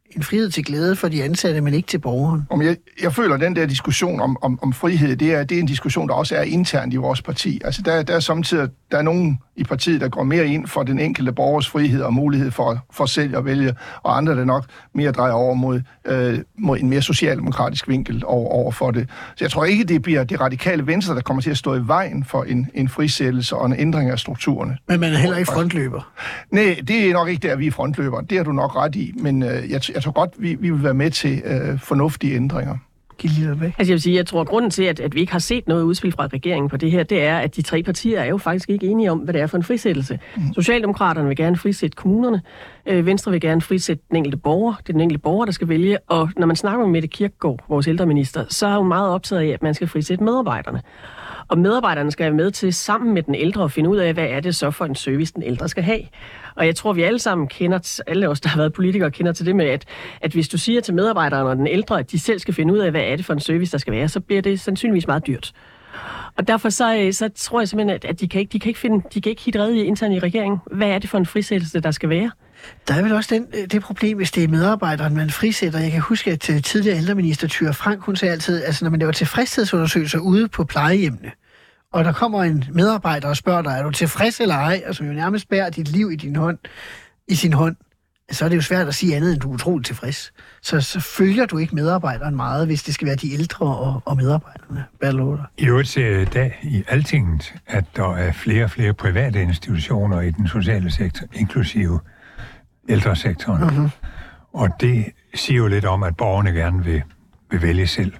Speaker 6: en frihed til glæde for de ansatte, men ikke til borgeren.
Speaker 9: Jeg føler, at den der diskussion om frihed, det er en diskussion, der også er internt i vores parti. Altså, der er samtidig der er nogen i partiet, der går mere ind for den enkelte borgers frihed og mulighed for selv at vælge, og andre, der nok mere drejer over mod en mere socialdemokratisk vinkel over for det. Så jeg tror ikke, det bliver det radikale venstre, der kommer til at stå i vejen for en frisættelse og en ændring af strukturerne.
Speaker 6: Men man er heller ikke frontløber.
Speaker 9: Nej, det er nok ikke der, vi er frontløbere. Det har du nok ret i, men jeg tror godt, vi vil være med til fornuftige ændringer.
Speaker 7: Jeg tror, at grunden til, at vi ikke har set noget udspil fra regeringen på det her, det er, at de tre partier er jo faktisk ikke enige om, hvad det er for en frisættelse. Socialdemokraterne vil gerne frisætte kommunerne, Venstre vil gerne frisætte den enkelte borger, det er den enkelte borger, der skal vælge, og når man snakker med Mette Kirkegaard, vores ældreminister, så er hun meget optaget af, at man skal frisætte medarbejderne. Og medarbejderne skal være med til sammen med den ældre at finde ud af, hvad er det så for en service, den ældre skal have. Og jeg tror, vi alle sammen kender, alle os, der har været politikere, kender til det med, at hvis du siger til medarbejderne og den ældre, at de selv skal finde ud af, hvad er det for en service, der skal være, så bliver det sandsynligvis meget dyrt. Og derfor så tror jeg simpelthen, at de kan ikke hitte rede internt i regeringen. Hvad er det for en frisættelse, der skal være?
Speaker 6: Der er vel også det problem, hvis det er medarbejderen, man frisætter. Jeg kan huske, at tidligere ældreminister Thyra Frank, hun sagde altid, altså når man laver tilfredshedsundersøgelser ude på plejehjemmene, og der kommer en medarbejder og spørger dig, er du tilfreds eller ej, og som jo nærmest bærer dit liv i sin hånd, så er det jo svært at sige andet, end du er utroligt tilfreds. Så følger du ikke medarbejderen meget, hvis det skal være de ældre og medarbejderne.
Speaker 8: I øvrigt ser jeg i dag i Altinget, at der er flere og flere private institutioner i den sociale sektor, inklusive ældresektoren. Mm-hmm. Og det siger jo lidt om, at borgerne gerne vil vælge selv.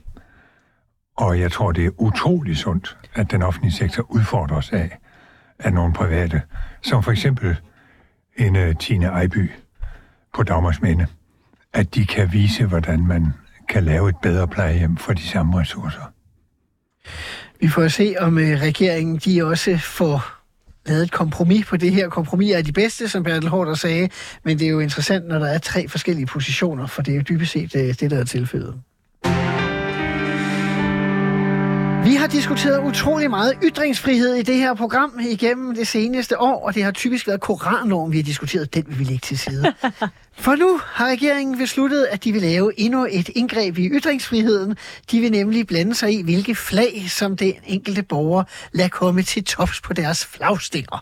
Speaker 8: Og jeg tror, det er utrolig sundt, at den offentlige sektor udfordres af nogle private, som for eksempel en Tine Ejby på Dagmarsminde, at de kan vise, hvordan man kan lave et bedre plejehjem for de samme ressourcer.
Speaker 6: Vi får se, om regeringen de også får lavet et kompromis på det her. Kompromis er de bedste, som Bertel Haarder sagde, men det er jo interessant, når der er 3 forskellige positioner, for det er jo dybest set det, der er tilfældet. Vi har diskuteret utrolig meget ytringsfrihed i det her program igennem det seneste år, og det har typisk været koranloven, vi har diskuteret. Den vil vi lægge til side. For nu har regeringen besluttet, at de vil lave endnu et indgreb i ytringsfriheden. De vil nemlig blande sig i, hvilke flag, som den enkelte borger lader komme til tops på deres flagstænger.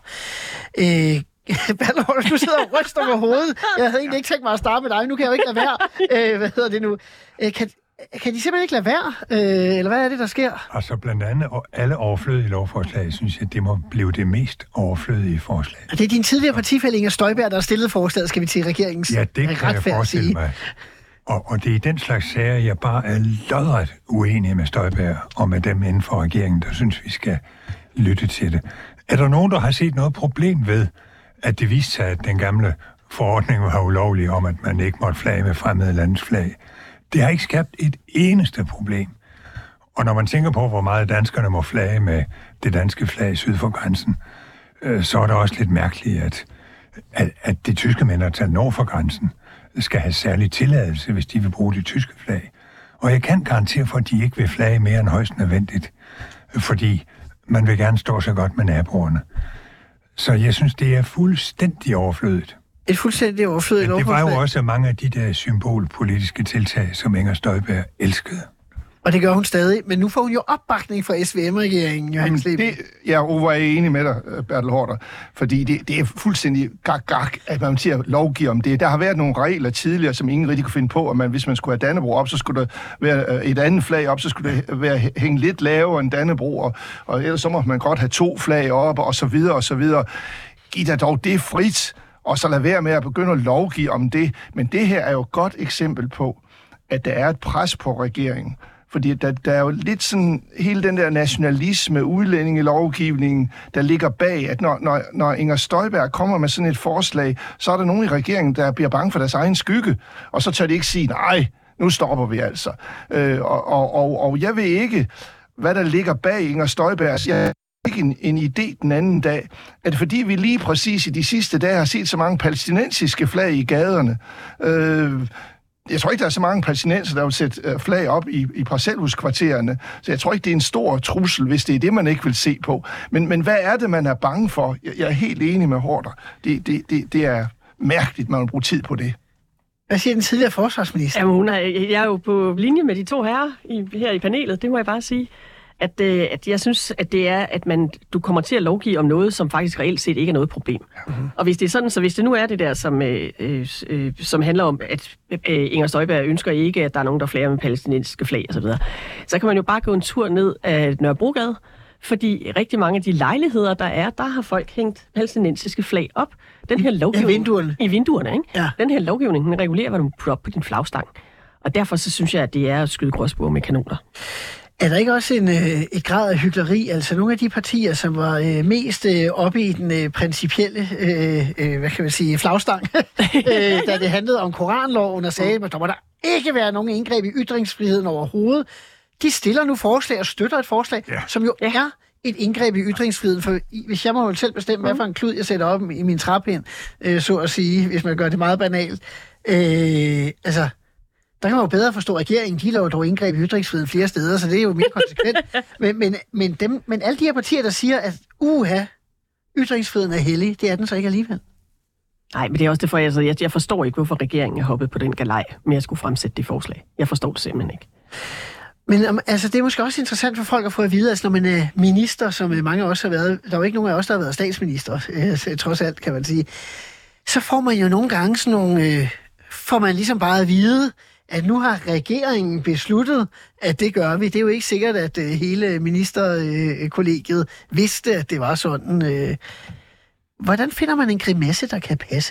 Speaker 6: Bertel Haarder, du sidder og ryster med hovedet. Jeg havde egentlig ikke tænkt mig at starte med dig. Nu kan jeg jo ikke lade være. Hvad hedder det nu? Kan de simpelthen ikke lade være? Eller hvad er det, der sker?
Speaker 8: Altså blandt andet alle overflødige lovforslag, synes jeg, det må blive det mest overflødige forslag.
Speaker 6: Og det er din tidligere partifælle Inger Støjberg, der har stillet forslaget, skal vi til regeringens
Speaker 8: ja, det kan jeg forestille mig. Og det er den slags sager, jeg bare er lodret uenig med Støjberg og med dem inden for regeringen, der synes, vi skal lytte til det. Er der nogen, der har set noget problem ved, at det viste sig, at den gamle forordning var ulovlig om, at man ikke måtte flage med fremmede landes flag? Det har ikke skabt et eneste problem. Og når man tænker på, hvor meget danskerne må flage med det danske flag syd for grænsen, så er det også lidt mærkeligt, at det tyske mindretal nord for grænsen skal have særlig tilladelse, hvis de vil bruge det tyske flag. Og jeg kan garantere for, at de ikke vil flage mere end højst nødvendigt, fordi man vil gerne stå så godt med naboerne. Så jeg synes, det er fuldstændig overflødigt.
Speaker 6: Et fuldstændig overflødigt lovforslag.
Speaker 8: Det var jo også mange af de der symbolpolitiske tiltag, som Inger Støjberg elskede.
Speaker 6: Og det gør hun stadig, men nu får hun jo opbakning fra SVM-regeringen, Johannes Leben.
Speaker 9: Jeg er enig med dig, Bertel Haarder, fordi det er fuldstændig gak, at man til at lovgive om det. Der har været nogle regler tidligere, som ingen rigtig kunne finde på, at hvis man skulle have Dannebrog op, så skulle der være et andet flag op, så skulle det være hænge lidt lavere end Dannebrog, og ellers så må man godt have 2 flag op, og så videre, og så videre. Giv da dog det frit, og så lad være med at begynde at lovgive om det. Men det her er jo et godt eksempel på, at der er et pres på regeringen. Fordi der er jo lidt sådan hele den der nationalisme, udlændingelovgivningen, der ligger bag, at når Inger Støjberg kommer med sådan et forslag, så er der nogen i regeringen, der bliver bange for deres egen skygge, og så tør de ikke sige, nej, nu stopper vi altså. Og jeg ved ikke, hvad der ligger bag Inger Støjbergs. Jeg ikke en idé den anden dag, at fordi vi lige præcis i de sidste dage har set så mange palæstinensiske flag i gaderne, jeg tror ikke, der er så mange palæstinenser, der vil sætte flag op i parcelhuskvartererne, så jeg tror ikke, det er en stor trussel, hvis det er det, man ikke vil se på. Men hvad er det, man er bange for? Jeg er helt enig med Haarder. Det er mærkeligt, man vil bruge tid på det.
Speaker 6: Hvad siger den tidligere forsvarsminister?
Speaker 7: Jamen, jeg er jo på linje med de to herrer her i panelet, det må jeg bare sige. At jeg synes, at det er, at du kommer til at lovgive om noget, som faktisk reelt set ikke er noget problem. Mm-hmm. Og hvis det er sådan, så hvis det nu er det der, som handler om, at Inger Støjberg ønsker ikke, at der er nogen, der flager med palæstinensiske flag osv., så kan man jo bare gå en tur ned af Nørrebrogade, fordi rigtig mange af de lejligheder, der har folk hængt palæstinensiske flag op. Den her lovgivning, i vinduerne, ikke? Ja. Den her lovgivning, den regulerer, hvad du putter op på din flagstang. Og derfor så synes jeg, at det er at skyde gråspurve med kanoner.
Speaker 6: Er der ikke også et grad af hykleri? Altså nogle af de partier, som var mest oppe i den principielle, hvad kan man sige, flagstang, da det handlede om koranloven og sagde, at der må der ikke være nogen indgreb i ytringsfriheden overhovedet, de stiller nu forslag og støtter et forslag, som jo er et indgreb i ytringsfriheden. For hvis jeg må selv bestemme, hvad for en klud jeg sætter op i min træpind, så at sige, hvis man gør det meget banalt, altså... Der kan man jo bedre forstå, at regeringen, de laver dog indgreb i ytringsfriheden flere steder, så det er jo mere konsekvent. Men alle de her partier, der siger, at ytringsfriheden er hellig, det er den så ikke alligevel.
Speaker 7: Nej, men det er også derfor, jeg forstår ikke, hvorfor regeringen er hoppet på den galej med at skulle fremsætte det forslag. Jeg forstår det simpelthen ikke.
Speaker 6: Men altså, det er måske også interessant for folk at få at vide, altså når man er minister, som mange af os har været, der er jo ikke nogen af os, der har været statsminister, trods alt, kan man sige, så får man jo nogle gange sådan nogle, får man ligesom bare at vide, at nu har regeringen besluttet, at det gør vi. Det er jo ikke sikkert, at hele ministerkollegiet vidste, at det var sådan. Hvordan finder man en grimesse, der kan passe?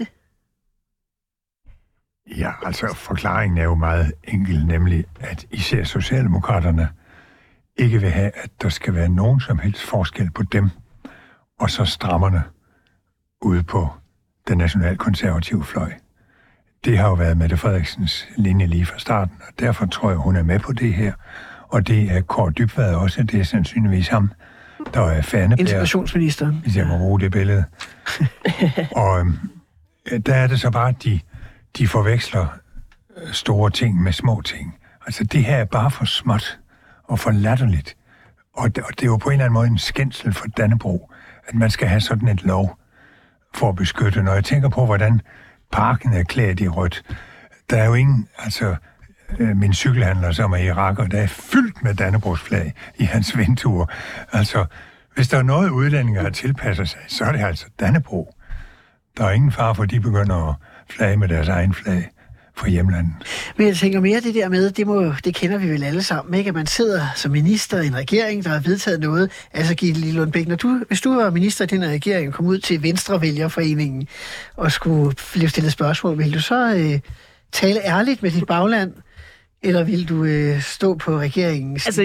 Speaker 8: Ja, altså forklaringen er jo meget enkel, nemlig at især Socialdemokraterne ikke vil have, at der skal være nogen som helst forskel på dem, og så strammerne ude på den nationalkonservative fløj. Det har jo været Mette Frederiksens linje lige fra starten, og derfor tror jeg, hun er med på det her. Og det er Kaare Dybvad også, det er sandsynligvis ham, der er fanebærer.
Speaker 6: Integrationsministeren.
Speaker 8: Hvis jeg må bruge det billede. Og der er det så bare, at de forveksler store ting med små ting. Altså det her er bare for småt og for latterligt. Og det er jo på en eller anden måde en skændsel for Dannebrog, at man skal have sådan et lov for at beskytte. Når jeg tænker på, hvordan parken er klædt i rødt. Der er jo ingen, altså min cykelhandler, som er iraker, der er fyldt med Dannebrogsflag i hans vinduer. Altså, hvis der er noget udlændinge har tilpasset sig, så er det altså Dannebrog. Der er ingen fare for, at de begynder at flage med deres egen flag fra hjemlandet.
Speaker 6: Men jeg tænker mere det der med, det kender vi vel alle sammen, ikke? At man sidder som minister i en regering, der har vedtaget noget. Altså Gitte Lillelund Bech, hvis du var minister i den her regering og kom ud til Venstrevælgerforeningen og skulle blive stillet spørgsmål, ville du så tale ærligt med dit bagland, eller ville du stå på regeringens...
Speaker 7: Altså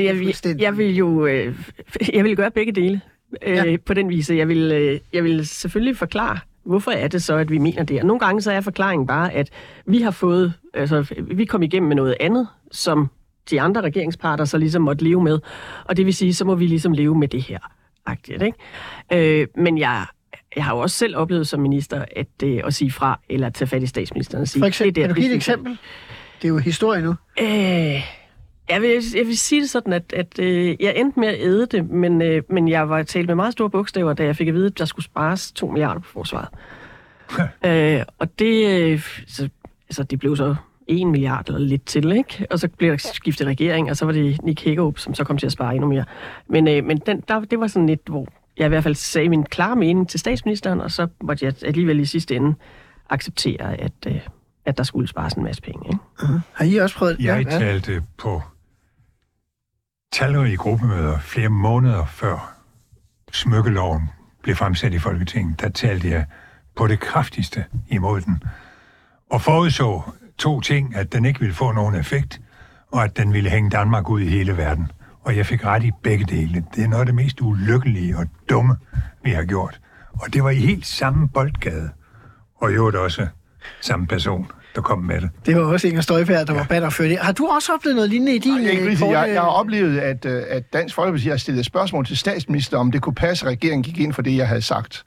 Speaker 7: jeg vil gøre begge dele på den vis. Jeg vil selvfølgelig forklare, hvorfor er det så, at vi mener det? Og nogle gange så er forklaringen bare, at vi kom igennem med noget andet, som de andre regeringsparter så ligesom måtte leve med. Og det vil sige, så må vi ligesom leve med det her. Agtigt, ikke? Men jeg har jo også selv oplevet som minister, at sige fra, eller at tage fat i statsministeren og sige...
Speaker 6: For eksempel, kan du give et eksempel? Det er jo historie nu.
Speaker 7: Jeg vil sige det sådan, at jeg endte med at æde det, men jeg var talt med meget store bogstaver, da jeg fik at vide, at der skulle spares 2 milliarder på forsvaret. Og det blev så 1 milliard eller lidt til, ikke? Og så blev der skiftet regering, og så var det Nick Hækkerup, som så kom til at spare endnu mere. Men det var sådan lidt, hvor jeg i hvert fald sagde min klare mening til statsministeren, og så måtte jeg alligevel i sidste ende acceptere, at der skulle spares en masse penge, ikke?
Speaker 6: Uh-huh. Har I også prøvet...
Speaker 8: Jeg talte på talrige gruppemøder flere måneder før smykkeloven blev fremsat i Folketinget. Der talte jeg på det kraftigste imod den. Og forudså 2 ting, at den ikke ville få nogen effekt, og at den ville hænge Danmark ud i hele verden. Og jeg fik ret i begge dele. Det er noget af det mest ulykkelige og dumme, vi har gjort. Og det var i helt samme boldgade. Og i øvrigt også samme person, der kom med det.
Speaker 6: Det var også Inger Støjberg, der var bannerført. Har du også oplevet noget lignende i din...
Speaker 9: Jeg har oplevet, at Dansk Folkeparti har stillet spørgsmål til statsminister, om det kunne passe, at regeringen gik ind for det, jeg havde sagt.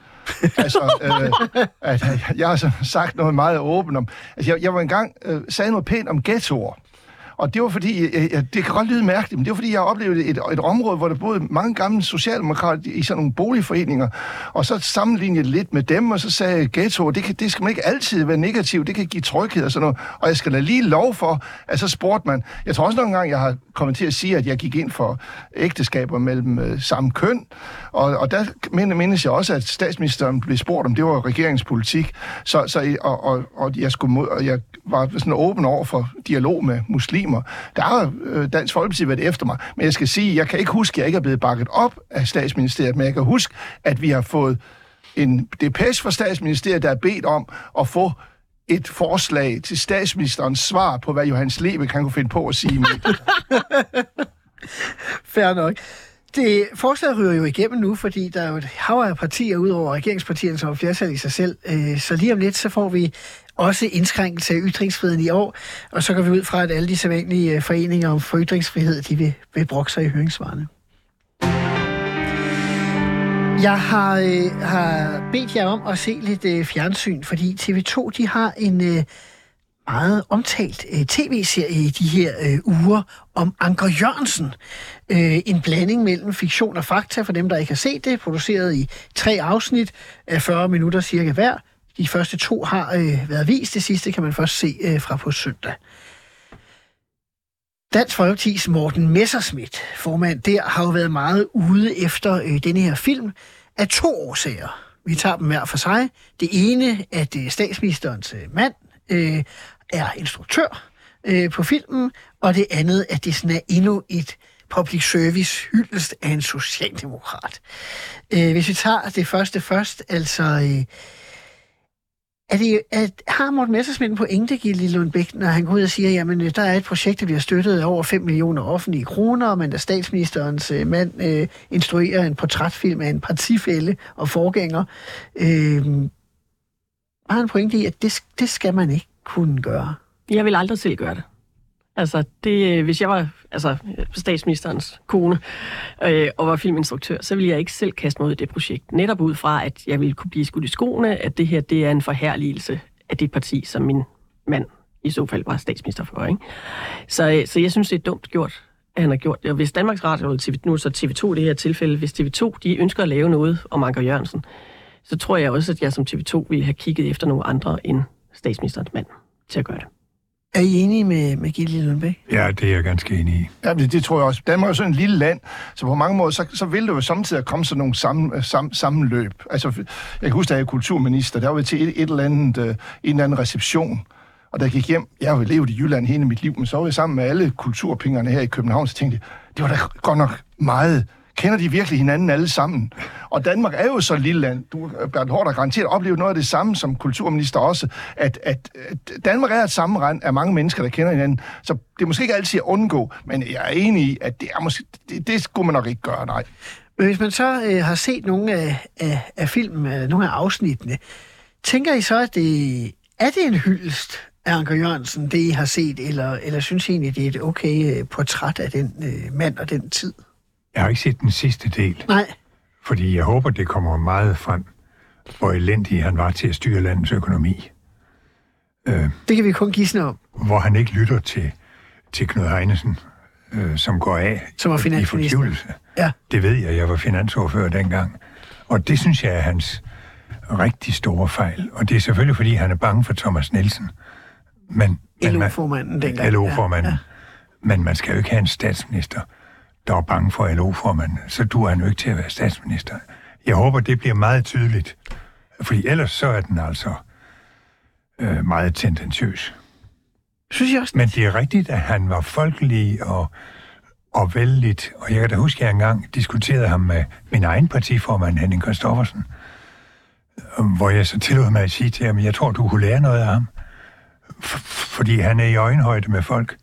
Speaker 9: At jeg har så sagt noget meget åbent om... Altså, jeg var engang sagde noget pænt om ghettoer. Og det var fordi, det kan godt lyde mærkeligt, men det var fordi, jeg oplevede et område, hvor der boede mange gamle socialdemokrater i sådan nogle boligforeninger, og så sammenlignede lidt med dem, og så sagde ghetto, det skal man ikke altid være negativ, det kan give tryghed og sådan noget. Og jeg skal da lige lov for, at så spurgte man. Jeg tror også nogle gange, jeg har kommet til at sige, at jeg gik ind for ægteskaber mellem samme køn, og der mindes jeg også, at statsministeren blev spurgt, om det var regeringspolitik, og jeg var sådan åben over for dialog med muslimer. Der har Dansk Folkeparti været efter mig, men jeg skal sige, jeg kan ikke huske, at jeg ikke er blevet bakket op af statsministeriet, men jeg kan huske, at vi har fået en depeche fra statsministeriet, der er bedt om at få et forslag til statsministerens svar på, hvad Johannes Lebeck kan kunne finde på at sige.
Speaker 6: Fair nok. Forslaget ryger jo igennem nu, fordi der er jo et hav af partier ud over regeringspartierne, som er flertal i sig selv. Så lige om lidt, så får vi også indskrænkelse af ytringsfriheden i år, og så går vi ud fra, at alle de sædvanlige foreninger for ytringsfrihed, de vil brokke sig i høringssvarene. Jeg har bedt jer om at se lidt fjernsyn, fordi TV2 de har en meget omtalt tv-serie i de her uger om Anker Jørgensen. En blanding mellem fiktion og fakta for dem, der ikke har set det, produceret i 3 afsnit af 40 minutter cirka hver. De første 2 har været vist, det sidste kan man først se fra på søndag. Dansk Folkepartis Morten Messerschmidt, formand der, har jo været meget ude efter denne her film af 2 årsager. Vi tager dem hver for sig. Det ene, at statsministerens mand er instruktør på filmen, og det andet, at det sådan er endnu et public service hyldest af en socialdemokrat. Hvis vi tager det første først, altså har Morten Messerschmidt en pointe, Gilde Lundbæk, når han går ud og siger, jamen der er et projekt, der bliver støttet af over 5 millioner offentlige kroner, men da statsministerens mand instruerer en portrætfilm af en partifælle og forgænger, har en pointe i, at det skal man ikke kunne gøre.
Speaker 7: Jeg vil aldrig selv gøre det. Altså, hvis jeg var statsministerens kone og var filminstruktør, så ville jeg ikke selv kaste mig ud i det projekt. Netop ud fra, at jeg ville kunne blive skudt i skoene, at det her det er en forherligelse af det parti, som min mand i så fald var statsminister for. Ikke? Så jeg synes, det er dumt gjort, at han har gjort det. Og hvis Danmarks Radio, nu så TV2 i det her tilfælde, hvis TV2 de ønsker at lave noget om Anker Jørgensen, så tror jeg også, at jeg som TV2 ville have kigget efter nogle andre end statsministerens mand til at gøre det.
Speaker 6: Er I enige med Gilde Lundbæk?
Speaker 8: Ja, det er jeg ganske enig i.
Speaker 9: Ja, det tror jeg også. Danmark er jo sådan et lille land, så på mange måder, så vil der jo samtidig komme sådan nogle sammenløb. Altså, jeg kan huske, da jeg er kulturminister, der var jeg til en eller anden reception, og da jeg gik hjem, jeg har jo levet i Jylland hele mit liv, men så var jeg sammen med alle kulturpengerne her i København, så tænkte jeg, det var da godt nok meget. Kender de virkelig hinanden alle sammen? Og Danmark er jo så et lille land. Du, Bertel Haarder, garanteret oplevet noget af det samme som kulturminister også, at Danmark er et sammenrend af mange mennesker, der kender hinanden. Så det er måske ikke altid at undgå, men jeg er enig i, at det skulle man nok ikke gøre, nej.
Speaker 6: Men hvis man så har set nogle af filmen, nogle af afsnittene, tænker I så, at er det en hyldest af Anker Jørgensen, det I har set, eller synes I egentlig, det er et okay portræt af den mand og den tid?
Speaker 8: Jeg har ikke set den sidste del.
Speaker 6: Nej.
Speaker 8: Fordi jeg håber, det kommer meget frem, hvor elendig han var til at styre landets økonomi.
Speaker 6: Det kan vi kun gisne om.
Speaker 8: Hvor han ikke lytter til Knud Heinesen, som går af
Speaker 6: som var
Speaker 8: i fortvivlelse.
Speaker 6: Ja.
Speaker 8: Det ved jeg var finansordfører dengang. Og det synes jeg er hans rigtig store fejl. Og det er selvfølgelig, fordi han er bange for Thomas Nielsen.
Speaker 6: LO-formanden dengang.
Speaker 8: LO-formanden. Ja. Men man skal jo ikke have en statsminister, der var bange for LO-formanden. Så duer han jo ikke til at være statsminister. Jeg håber, det bliver meget tydeligt. Fordi ellers så er den altså meget tendentiøs.
Speaker 6: Synes jeg også.
Speaker 8: Men det er rigtigt, at han var folkelig og vældigt. Og jeg kan da huske, at jeg engang diskuterede ham med min egen partiformand, Henning Christoffersen, hvor jeg så tillod mig at sige til ham, jeg tror, du kunne lære noget af ham. Fordi han er i øjenhøjde med folk.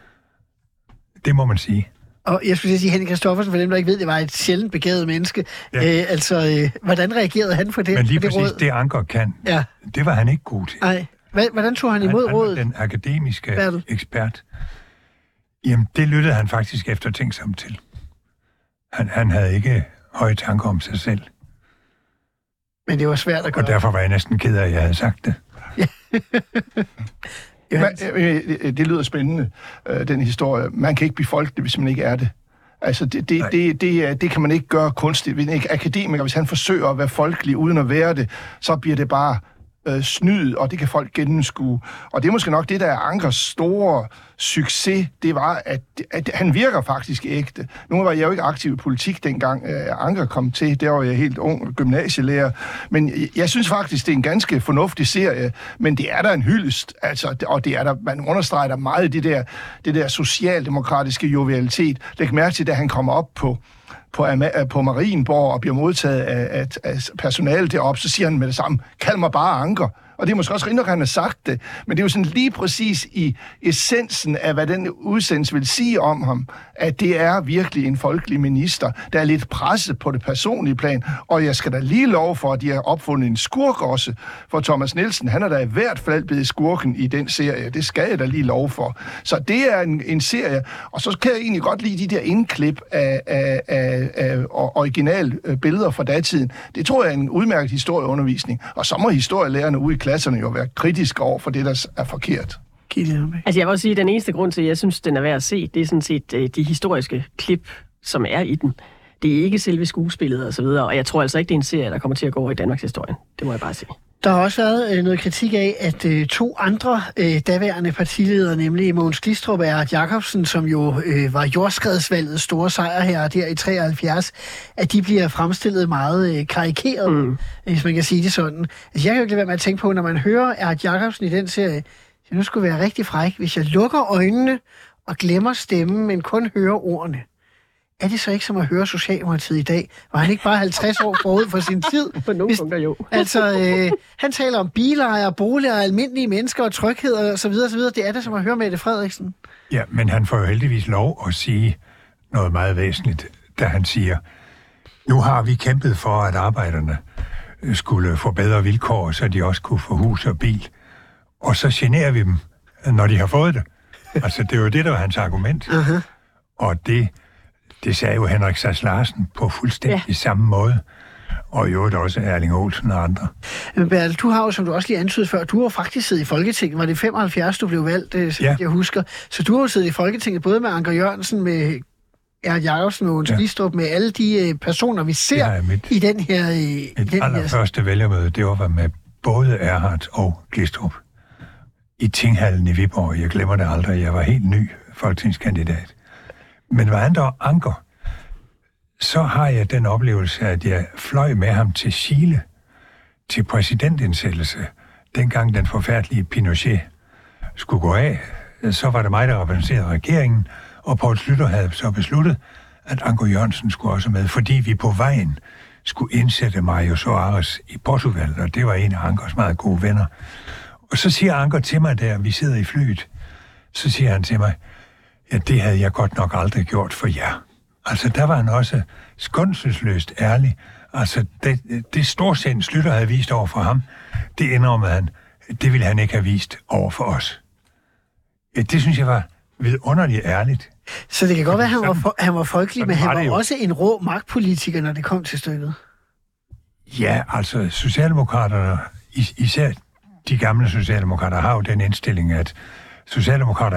Speaker 8: Det må man sige.
Speaker 6: Og jeg skulle sige, Henning Christoffersen, for dem, der ikke ved, det var et sjældent begavet menneske. Ja. Hvordan reagerede han på det?
Speaker 8: Men lige præcis det Anker kan, det var han ikke god til.
Speaker 6: Nej. Hvordan tog han imod rådet?
Speaker 8: Han var den akademiske ekspert. Jamen, det lyttede han faktisk eftertænksomt til. Han havde ikke høje tanker om sig selv.
Speaker 6: Men det var svært at gøre.
Speaker 8: Og derfor var jeg næsten ked af, at jeg havde sagt det.
Speaker 9: Det lyder spændende, den historie. Man kan ikke blive folkelig, hvis man ikke er det. Altså, det kan man ikke gøre kunstigt. Hvis en akademiker, hvis han forsøger at være folkelig uden at være det, så bliver det bare snyd, og det kan folk gennemskue. Og det er måske nok det, der er Ankers store succes, det var, at han virker faktisk ægte. Nu var jeg jo ikke aktiv i politik dengang Anker kom til, der var jeg helt ung gymnasielærer, men jeg synes faktisk, det er en ganske fornuftig serie, men det er der en hyldest, altså, og det er der, man understreger der meget det der socialdemokratiske jovialitet. Læg mærke til, da han kommer op på Marienborg og bliver modtaget af personalet deroppe, så siger han med det samme, kald mig bare Anker. Og det er måske også rigtig nok, han har sagt det, men det er jo sådan lige præcis i essensen af, hvad den udsendelse vil sige om ham, at det er virkelig en folkelig minister, der er lidt presset på det personlige plan, og jeg skal da lige love for, at de har opfundet en skurk også, for Thomas Nielsen, han er da i hvert fald blevet skurken i den serie, det skal jeg da lige love for. Så det er en serie, og så kan jeg egentlig godt lide de der indklip af originale billeder fra datiden. Det tror jeg er en udmærket historieundervisning, og så må historielærerne ude i klasserne jo være kritiske over for det, der er forkert.
Speaker 7: Altså jeg vil også sige, at den eneste grund til, at jeg synes, den er værd at se, det er sådan set de historiske klip, som er i den. Det er ikke selve skuespillet og så videre, og jeg tror altså ikke, det er en serie, der kommer til at gå over i Danmarks historie. Det må jeg bare sige. Der har også været noget kritik af, at to andre daværende partiledere, nemlig Mogens Glistrup og Erhard Jacobsen, som jo var jordskredsvalgets store sejr her der i 73, at de bliver fremstillet meget karikeret, hvis man kan sige det sådan. Altså, jeg kan jo ikke lade være med at tænke på, når man hører Erhard Jacobsen i den serie, så nu skulle være rigtig fræk, hvis jeg lukker øjnene og glemmer stemmen, men kun hører ordene. Er det så ikke som at høre Socialdemokratiet i dag? Var han ikke bare 50 år forud for sin tid?
Speaker 5: På nogle punkter jo.
Speaker 7: Altså, han taler om bilejere, boliger, almindelige mennesker og tryghed og så videre, så videre. Det er det som at høre Mette Frederiksen.
Speaker 8: Ja, men han får jo heldigvis lov at sige noget meget væsentligt, da han siger, nu har vi kæmpet for, at arbejderne skulle få bedre vilkår, så de også kunne få hus og bil. Og så generer vi dem, når de har fået det. Altså, det er jo det, der var hans argument. Uh-huh. Og det sagde jo Henrik Sass Larsen på fuldstændig samme måde. Og i øvrigt også Erling Olsen og andre.
Speaker 7: Men Bertel, du har jo, som du også lige antydede før, du har faktisk siddet i Folketinget. Var det 75, du blev valgt, så jeg husker? Så du har jo siddet i Folketinget både med Anker Jørgensen, med Erhard Jacobsen, med Mogens Glistrup, med alle de personer, vi ser i den her...
Speaker 8: Mit allerførste vælgermøde, det var med både Erhard og Glistrup i Tinghallen i Viborg. Jeg glemmer det aldrig. Jeg var helt ny folketingskandidat. Men hvad han dog Anker, så har jeg den oplevelse, at jeg fløj med ham til Chile, til præsidentindsættelse. Dengang den forfærdelige Pinochet skulle gå af, så var det mig, der repræsenterede regeringen, og Poul Schlüter havde så besluttet, at Anker Jørgensen skulle også med, fordi vi på vejen skulle indsætte Mario Soares i Portugal, og det var en af Ankers meget gode venner. Og så siger Anker til mig, der vi sidder i flyet, så siger han til mig, ja, det havde jeg godt nok aldrig gjort for jer. Altså, der var han også skånselsløst ærlig. Altså, det storsind Schlüter havde vist over for ham, det indrømmede han, det ville han ikke have vist over for os. Ja, det synes jeg var vidunderligt ærligt.
Speaker 7: Så det kan godt være, at han var folkelig, men han var også en rå magtpolitiker, når det kom til stykket.
Speaker 8: Ja, altså, socialdemokraterne, især de gamle socialdemokrater, har jo den indstilling, at socialdemokrater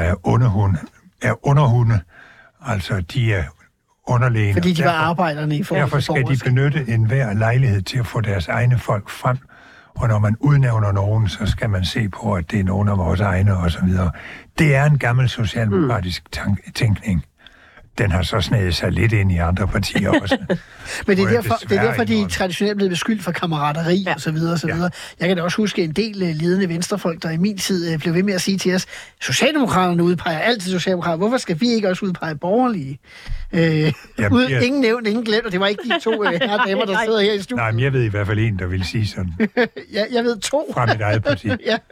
Speaker 8: er underhunde, altså de er underlegne.
Speaker 7: Fordi de var arbejderne i forhold til
Speaker 8: derfor skal de benytte enhver lejlighed til at få deres egne folk frem, og når man udnævner nogen, så skal man se på, at det er nogen af vores egne, og så videre. Det er en gammel socialdemokratisk tænkning. Den har så snedet sig lidt ind i andre partier også.
Speaker 7: Men det er derfor, de er traditionelt blevet beskyldt for kammerateri og så videre, og så videre. Jeg kan da også huske en del ledende venstrefolk, der i min tid blev ved med at sige til os, Socialdemokraterne udpeger altid Socialdemokrater. Hvorfor skal vi ikke også udpege borgerlige? Ingen nævnt, ingen glemt, og det var ikke de to herredamer, der sidder her i studiet.
Speaker 8: Nej, men jeg ved i hvert fald en, der vil sige sådan.
Speaker 7: Jeg ved to.
Speaker 8: Fra mit eget parti.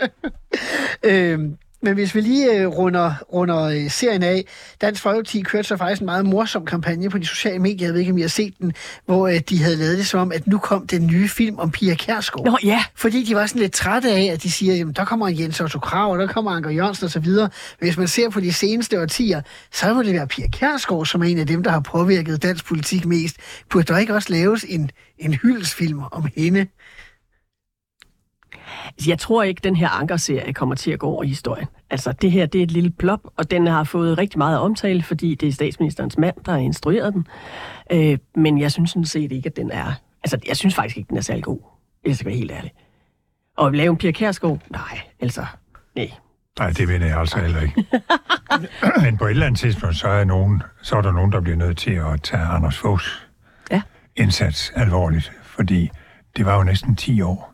Speaker 7: Men hvis vi lige runder serien af, Dansk Folkeparti kørte så faktisk en meget morsom kampagne på de sociale medier, jeg ved ikke, om I har set den, hvor de havde lavet det som om, at nu kom den nye film om Pia Kjærsgaard.
Speaker 5: Nå, ja.
Speaker 7: Fordi de var sådan lidt trætte af, at de siger, jamen der kommer Jens Otto Krag, og der kommer Anker Jørgensen og så videre. Men hvis man ser på de seneste årtier, så må det være Pia Kjærsgaard, som er en af dem, der har påvirket dansk politik mest. Burde der ikke også laves en hyldesfilm om hende? Jeg tror ikke, den her Anker-serie kommer til at gå over i historien. Altså, det her, det er et lille plop, og den har fået rigtig meget omtale, fordi det er statsministerens mand, der har instrueret den. Men jeg synes sådan set ikke, at den er... Altså, jeg synes faktisk ikke, den er særlig god. Jeg skal være helt ærlig. Og lave en Pia Kjærsgaard? Nej, altså, nej.
Speaker 8: Nej, det ved jeg altså heller ikke. Men på et eller andet tidspunkt, så er der nogen, der bliver nødt til at tage Anders Foghs indsats alvorligt, fordi det var jo næsten 10 år.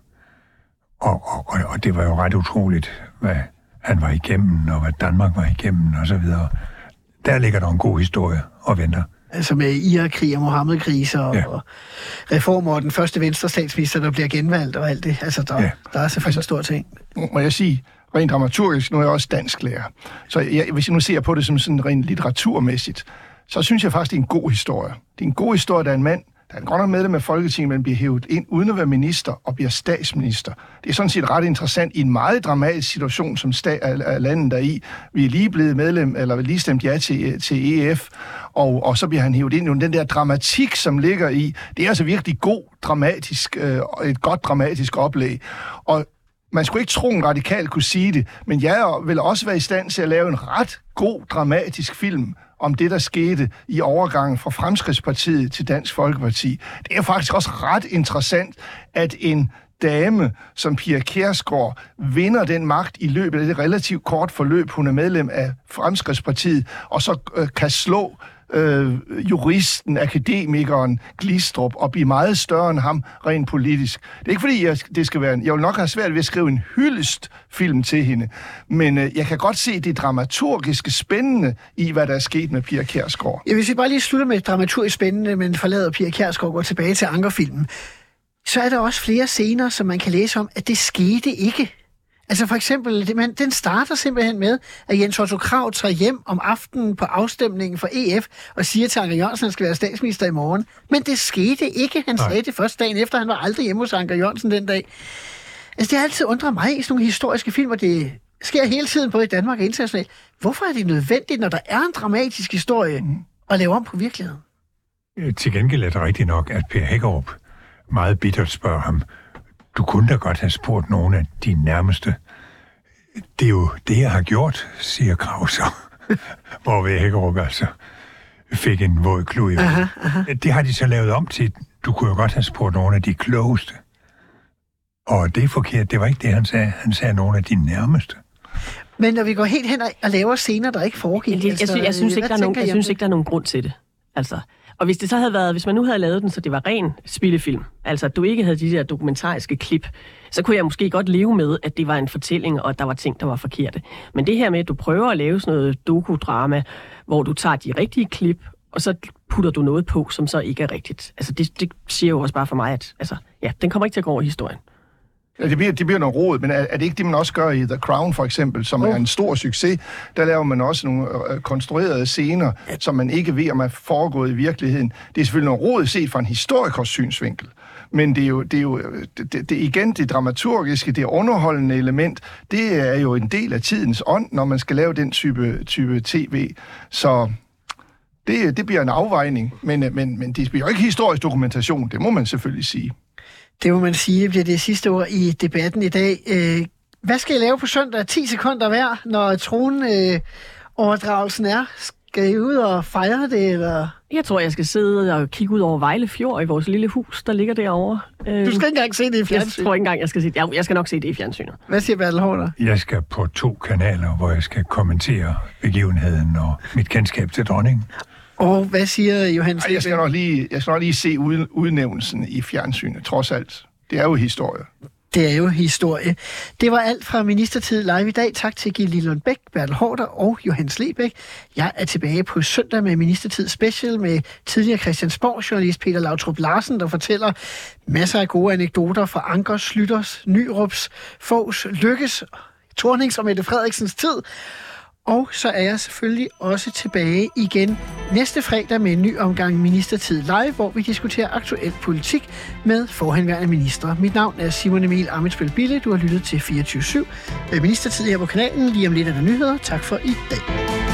Speaker 8: Og det var jo ret utroligt, hvad han var igennem, og hvad Danmark var igennem, og så videre. Der ligger der en god historie og venter.
Speaker 6: Altså med Irak-krig og Mohammed-kriser og reformer og den første venstre statsminister, der bliver genvalgt og alt det. Altså, der er selvfølgelig en stor ting.
Speaker 9: Må jeg sige, rent dramaturgisk, nu er jeg også dansklærer. Så hvis jeg nu ser på det som sådan rent litteraturmæssigt, så synes jeg faktisk, det er en god historie. Det er en god historie, der er en mand, der er godt nok medlem af Folketinget, men bliver hævet ind uden at være minister og bliver statsminister. Det er sådan set ret interessant i en meget dramatisk situation, som landet er i. Vi er lige blevet medlem, eller lige stemt ja til EF, og så bliver han hævet ind i den der dramatik, som ligger i. Det er altså virkelig et godt dramatisk oplæg. Og man skulle ikke tro, en radikal kunne sige det, men jeg vil også være i stand til at lave en ret god dramatisk film om det, der skete i overgangen fra Fremskridtspartiet til Dansk Folkeparti. Det er faktisk også ret interessant, at en dame som Pia Kjærsgaard vinder den magt i løbet af det relativt kort forløb, hun er medlem af Fremskridtspartiet, og så kan slå juristen, akademikeren Glistrup og blive meget større end ham rent politisk. Det er ikke fordi, det skal være jeg vil nok have svært ved at skrive en hyldestfilm til hende, men jeg kan godt se det dramaturgiske spændende i, hvad der er sket med Pia Kjærsgaard.
Speaker 6: Hvis vi bare lige slutter med dramaturgisk spændende, men forlader Pia Kjærsgaard og går tilbage til Anker-filmen, så er der også flere scener, som man kan læse om, at det skete ikke. Altså for eksempel, den starter simpelthen med, at Jens Otto Krag tager hjem om aftenen på afstemningen for EF og siger til Anker Jørgensen, at han skal være statsminister i morgen. Men det skete ikke. Han sagde det først dagen efter. Han var aldrig hjemme hos Anker Jørgensen den dag. Altså det har altid undret mig i sådan nogle historiske film, og det sker hele tiden både i Danmark og internationalt. Hvorfor er det nødvendigt, når der er en dramatisk historie, at lave om på virkeligheden?
Speaker 8: Til gengæld er det rigtigt nok, at Per Hækkerup meget bittert spørger ham, du kunne da godt have spurgt nogle af dine nærmeste. Det er jo det, jeg har gjort, siger Krag så. Hvorved Hækkerup altså fik en våd klud i hovedet. Det har de så lavet om til, du kunne jo godt have spurgt nogle af de klogeste. Og det er forkert, det var ikke det, han sagde. Han sagde nogle af de nærmeste.
Speaker 6: Men når vi går helt hen og laver scener, der ikke foregik...
Speaker 7: Jeg synes ikke, der er nogen grund til det. Altså... Og hvis det så havde været, hvis man nu havde lavet den, så det var ren spillefilm, altså at du ikke havde de der dokumentariske klip, så kunne jeg måske godt leve med, at det var en fortælling, og at der var ting, der var forkerte. Men det her med, at du prøver at lave sådan noget dokudrama, hvor du tager de rigtige klip, og så putter du noget på, som så ikke er rigtigt. Altså det siger jo også bare for mig, at den kommer ikke til at gå over historien.
Speaker 9: Ja, det bliver noget rod, men er det ikke det, man også gør i The Crown, for eksempel, som er en stor succes? Der laver man også nogle konstruerede scener, som man ikke ved, om er foregået i virkeligheden. Det er selvfølgelig noget rod set fra en historikers synsvinkel, men det er jo igen det dramaturgiske, det underholdende element, det er jo en del af tidens ånd, når man skal lave den type tv. Så det bliver en afvejning, men det bliver jo ikke historisk dokumentation, det må man selvfølgelig sige.
Speaker 6: Det må man sige, bliver det sidste ord i debatten i dag. Hvad skal I lave på søndag? 10 sekunder hver, når troneoverdragelsen er. Skal I ud og fejre det, eller? Jeg tror, jeg skal sidde og kigge ud over Vejle Fjord i vores lille hus, der ligger derovre. Du skal ikke engang se det i fjernsynet? Jeg tror ikke engang, jeg skal se det. Jeg skal nok se det i fjernsynet. Hvad siger Bertel Haarder? Jeg skal på 2 kanaler, hvor jeg skal kommentere begivenheden og mit kendskab til dronningen. Og hvad siger Johannes? Jeg skal nok lige se udnævnelsen i fjernsynet, trods alt. Det er jo historie. Det er jo historie. Det var alt fra Ministertid Live i dag. Tak til Gitte Lillelund Bech, Bertel Haarder og Johannes Lebæk. Jeg er tilbage på søndag med Ministertid Special med tidligere Christiansborg-journalist Peter Lautrup Larsen, der fortæller masser af gode anekdoter fra Ankers, Slytters, Nyrups, Foghs, Lykkes, Thornings og Mette Frederiksens tid. Og så er jeg selvfølgelig også tilbage igen næste fredag med en ny omgang Ministertid Live, hvor vi diskuterer aktuel politik med forhenværende ministre. Mit navn er Simon Emil Ammitzbøll-Bille. Du har lyttet til 24/7. Ministertid her på kanalen. Lige om lidt er der nyheder. Tak for i dag.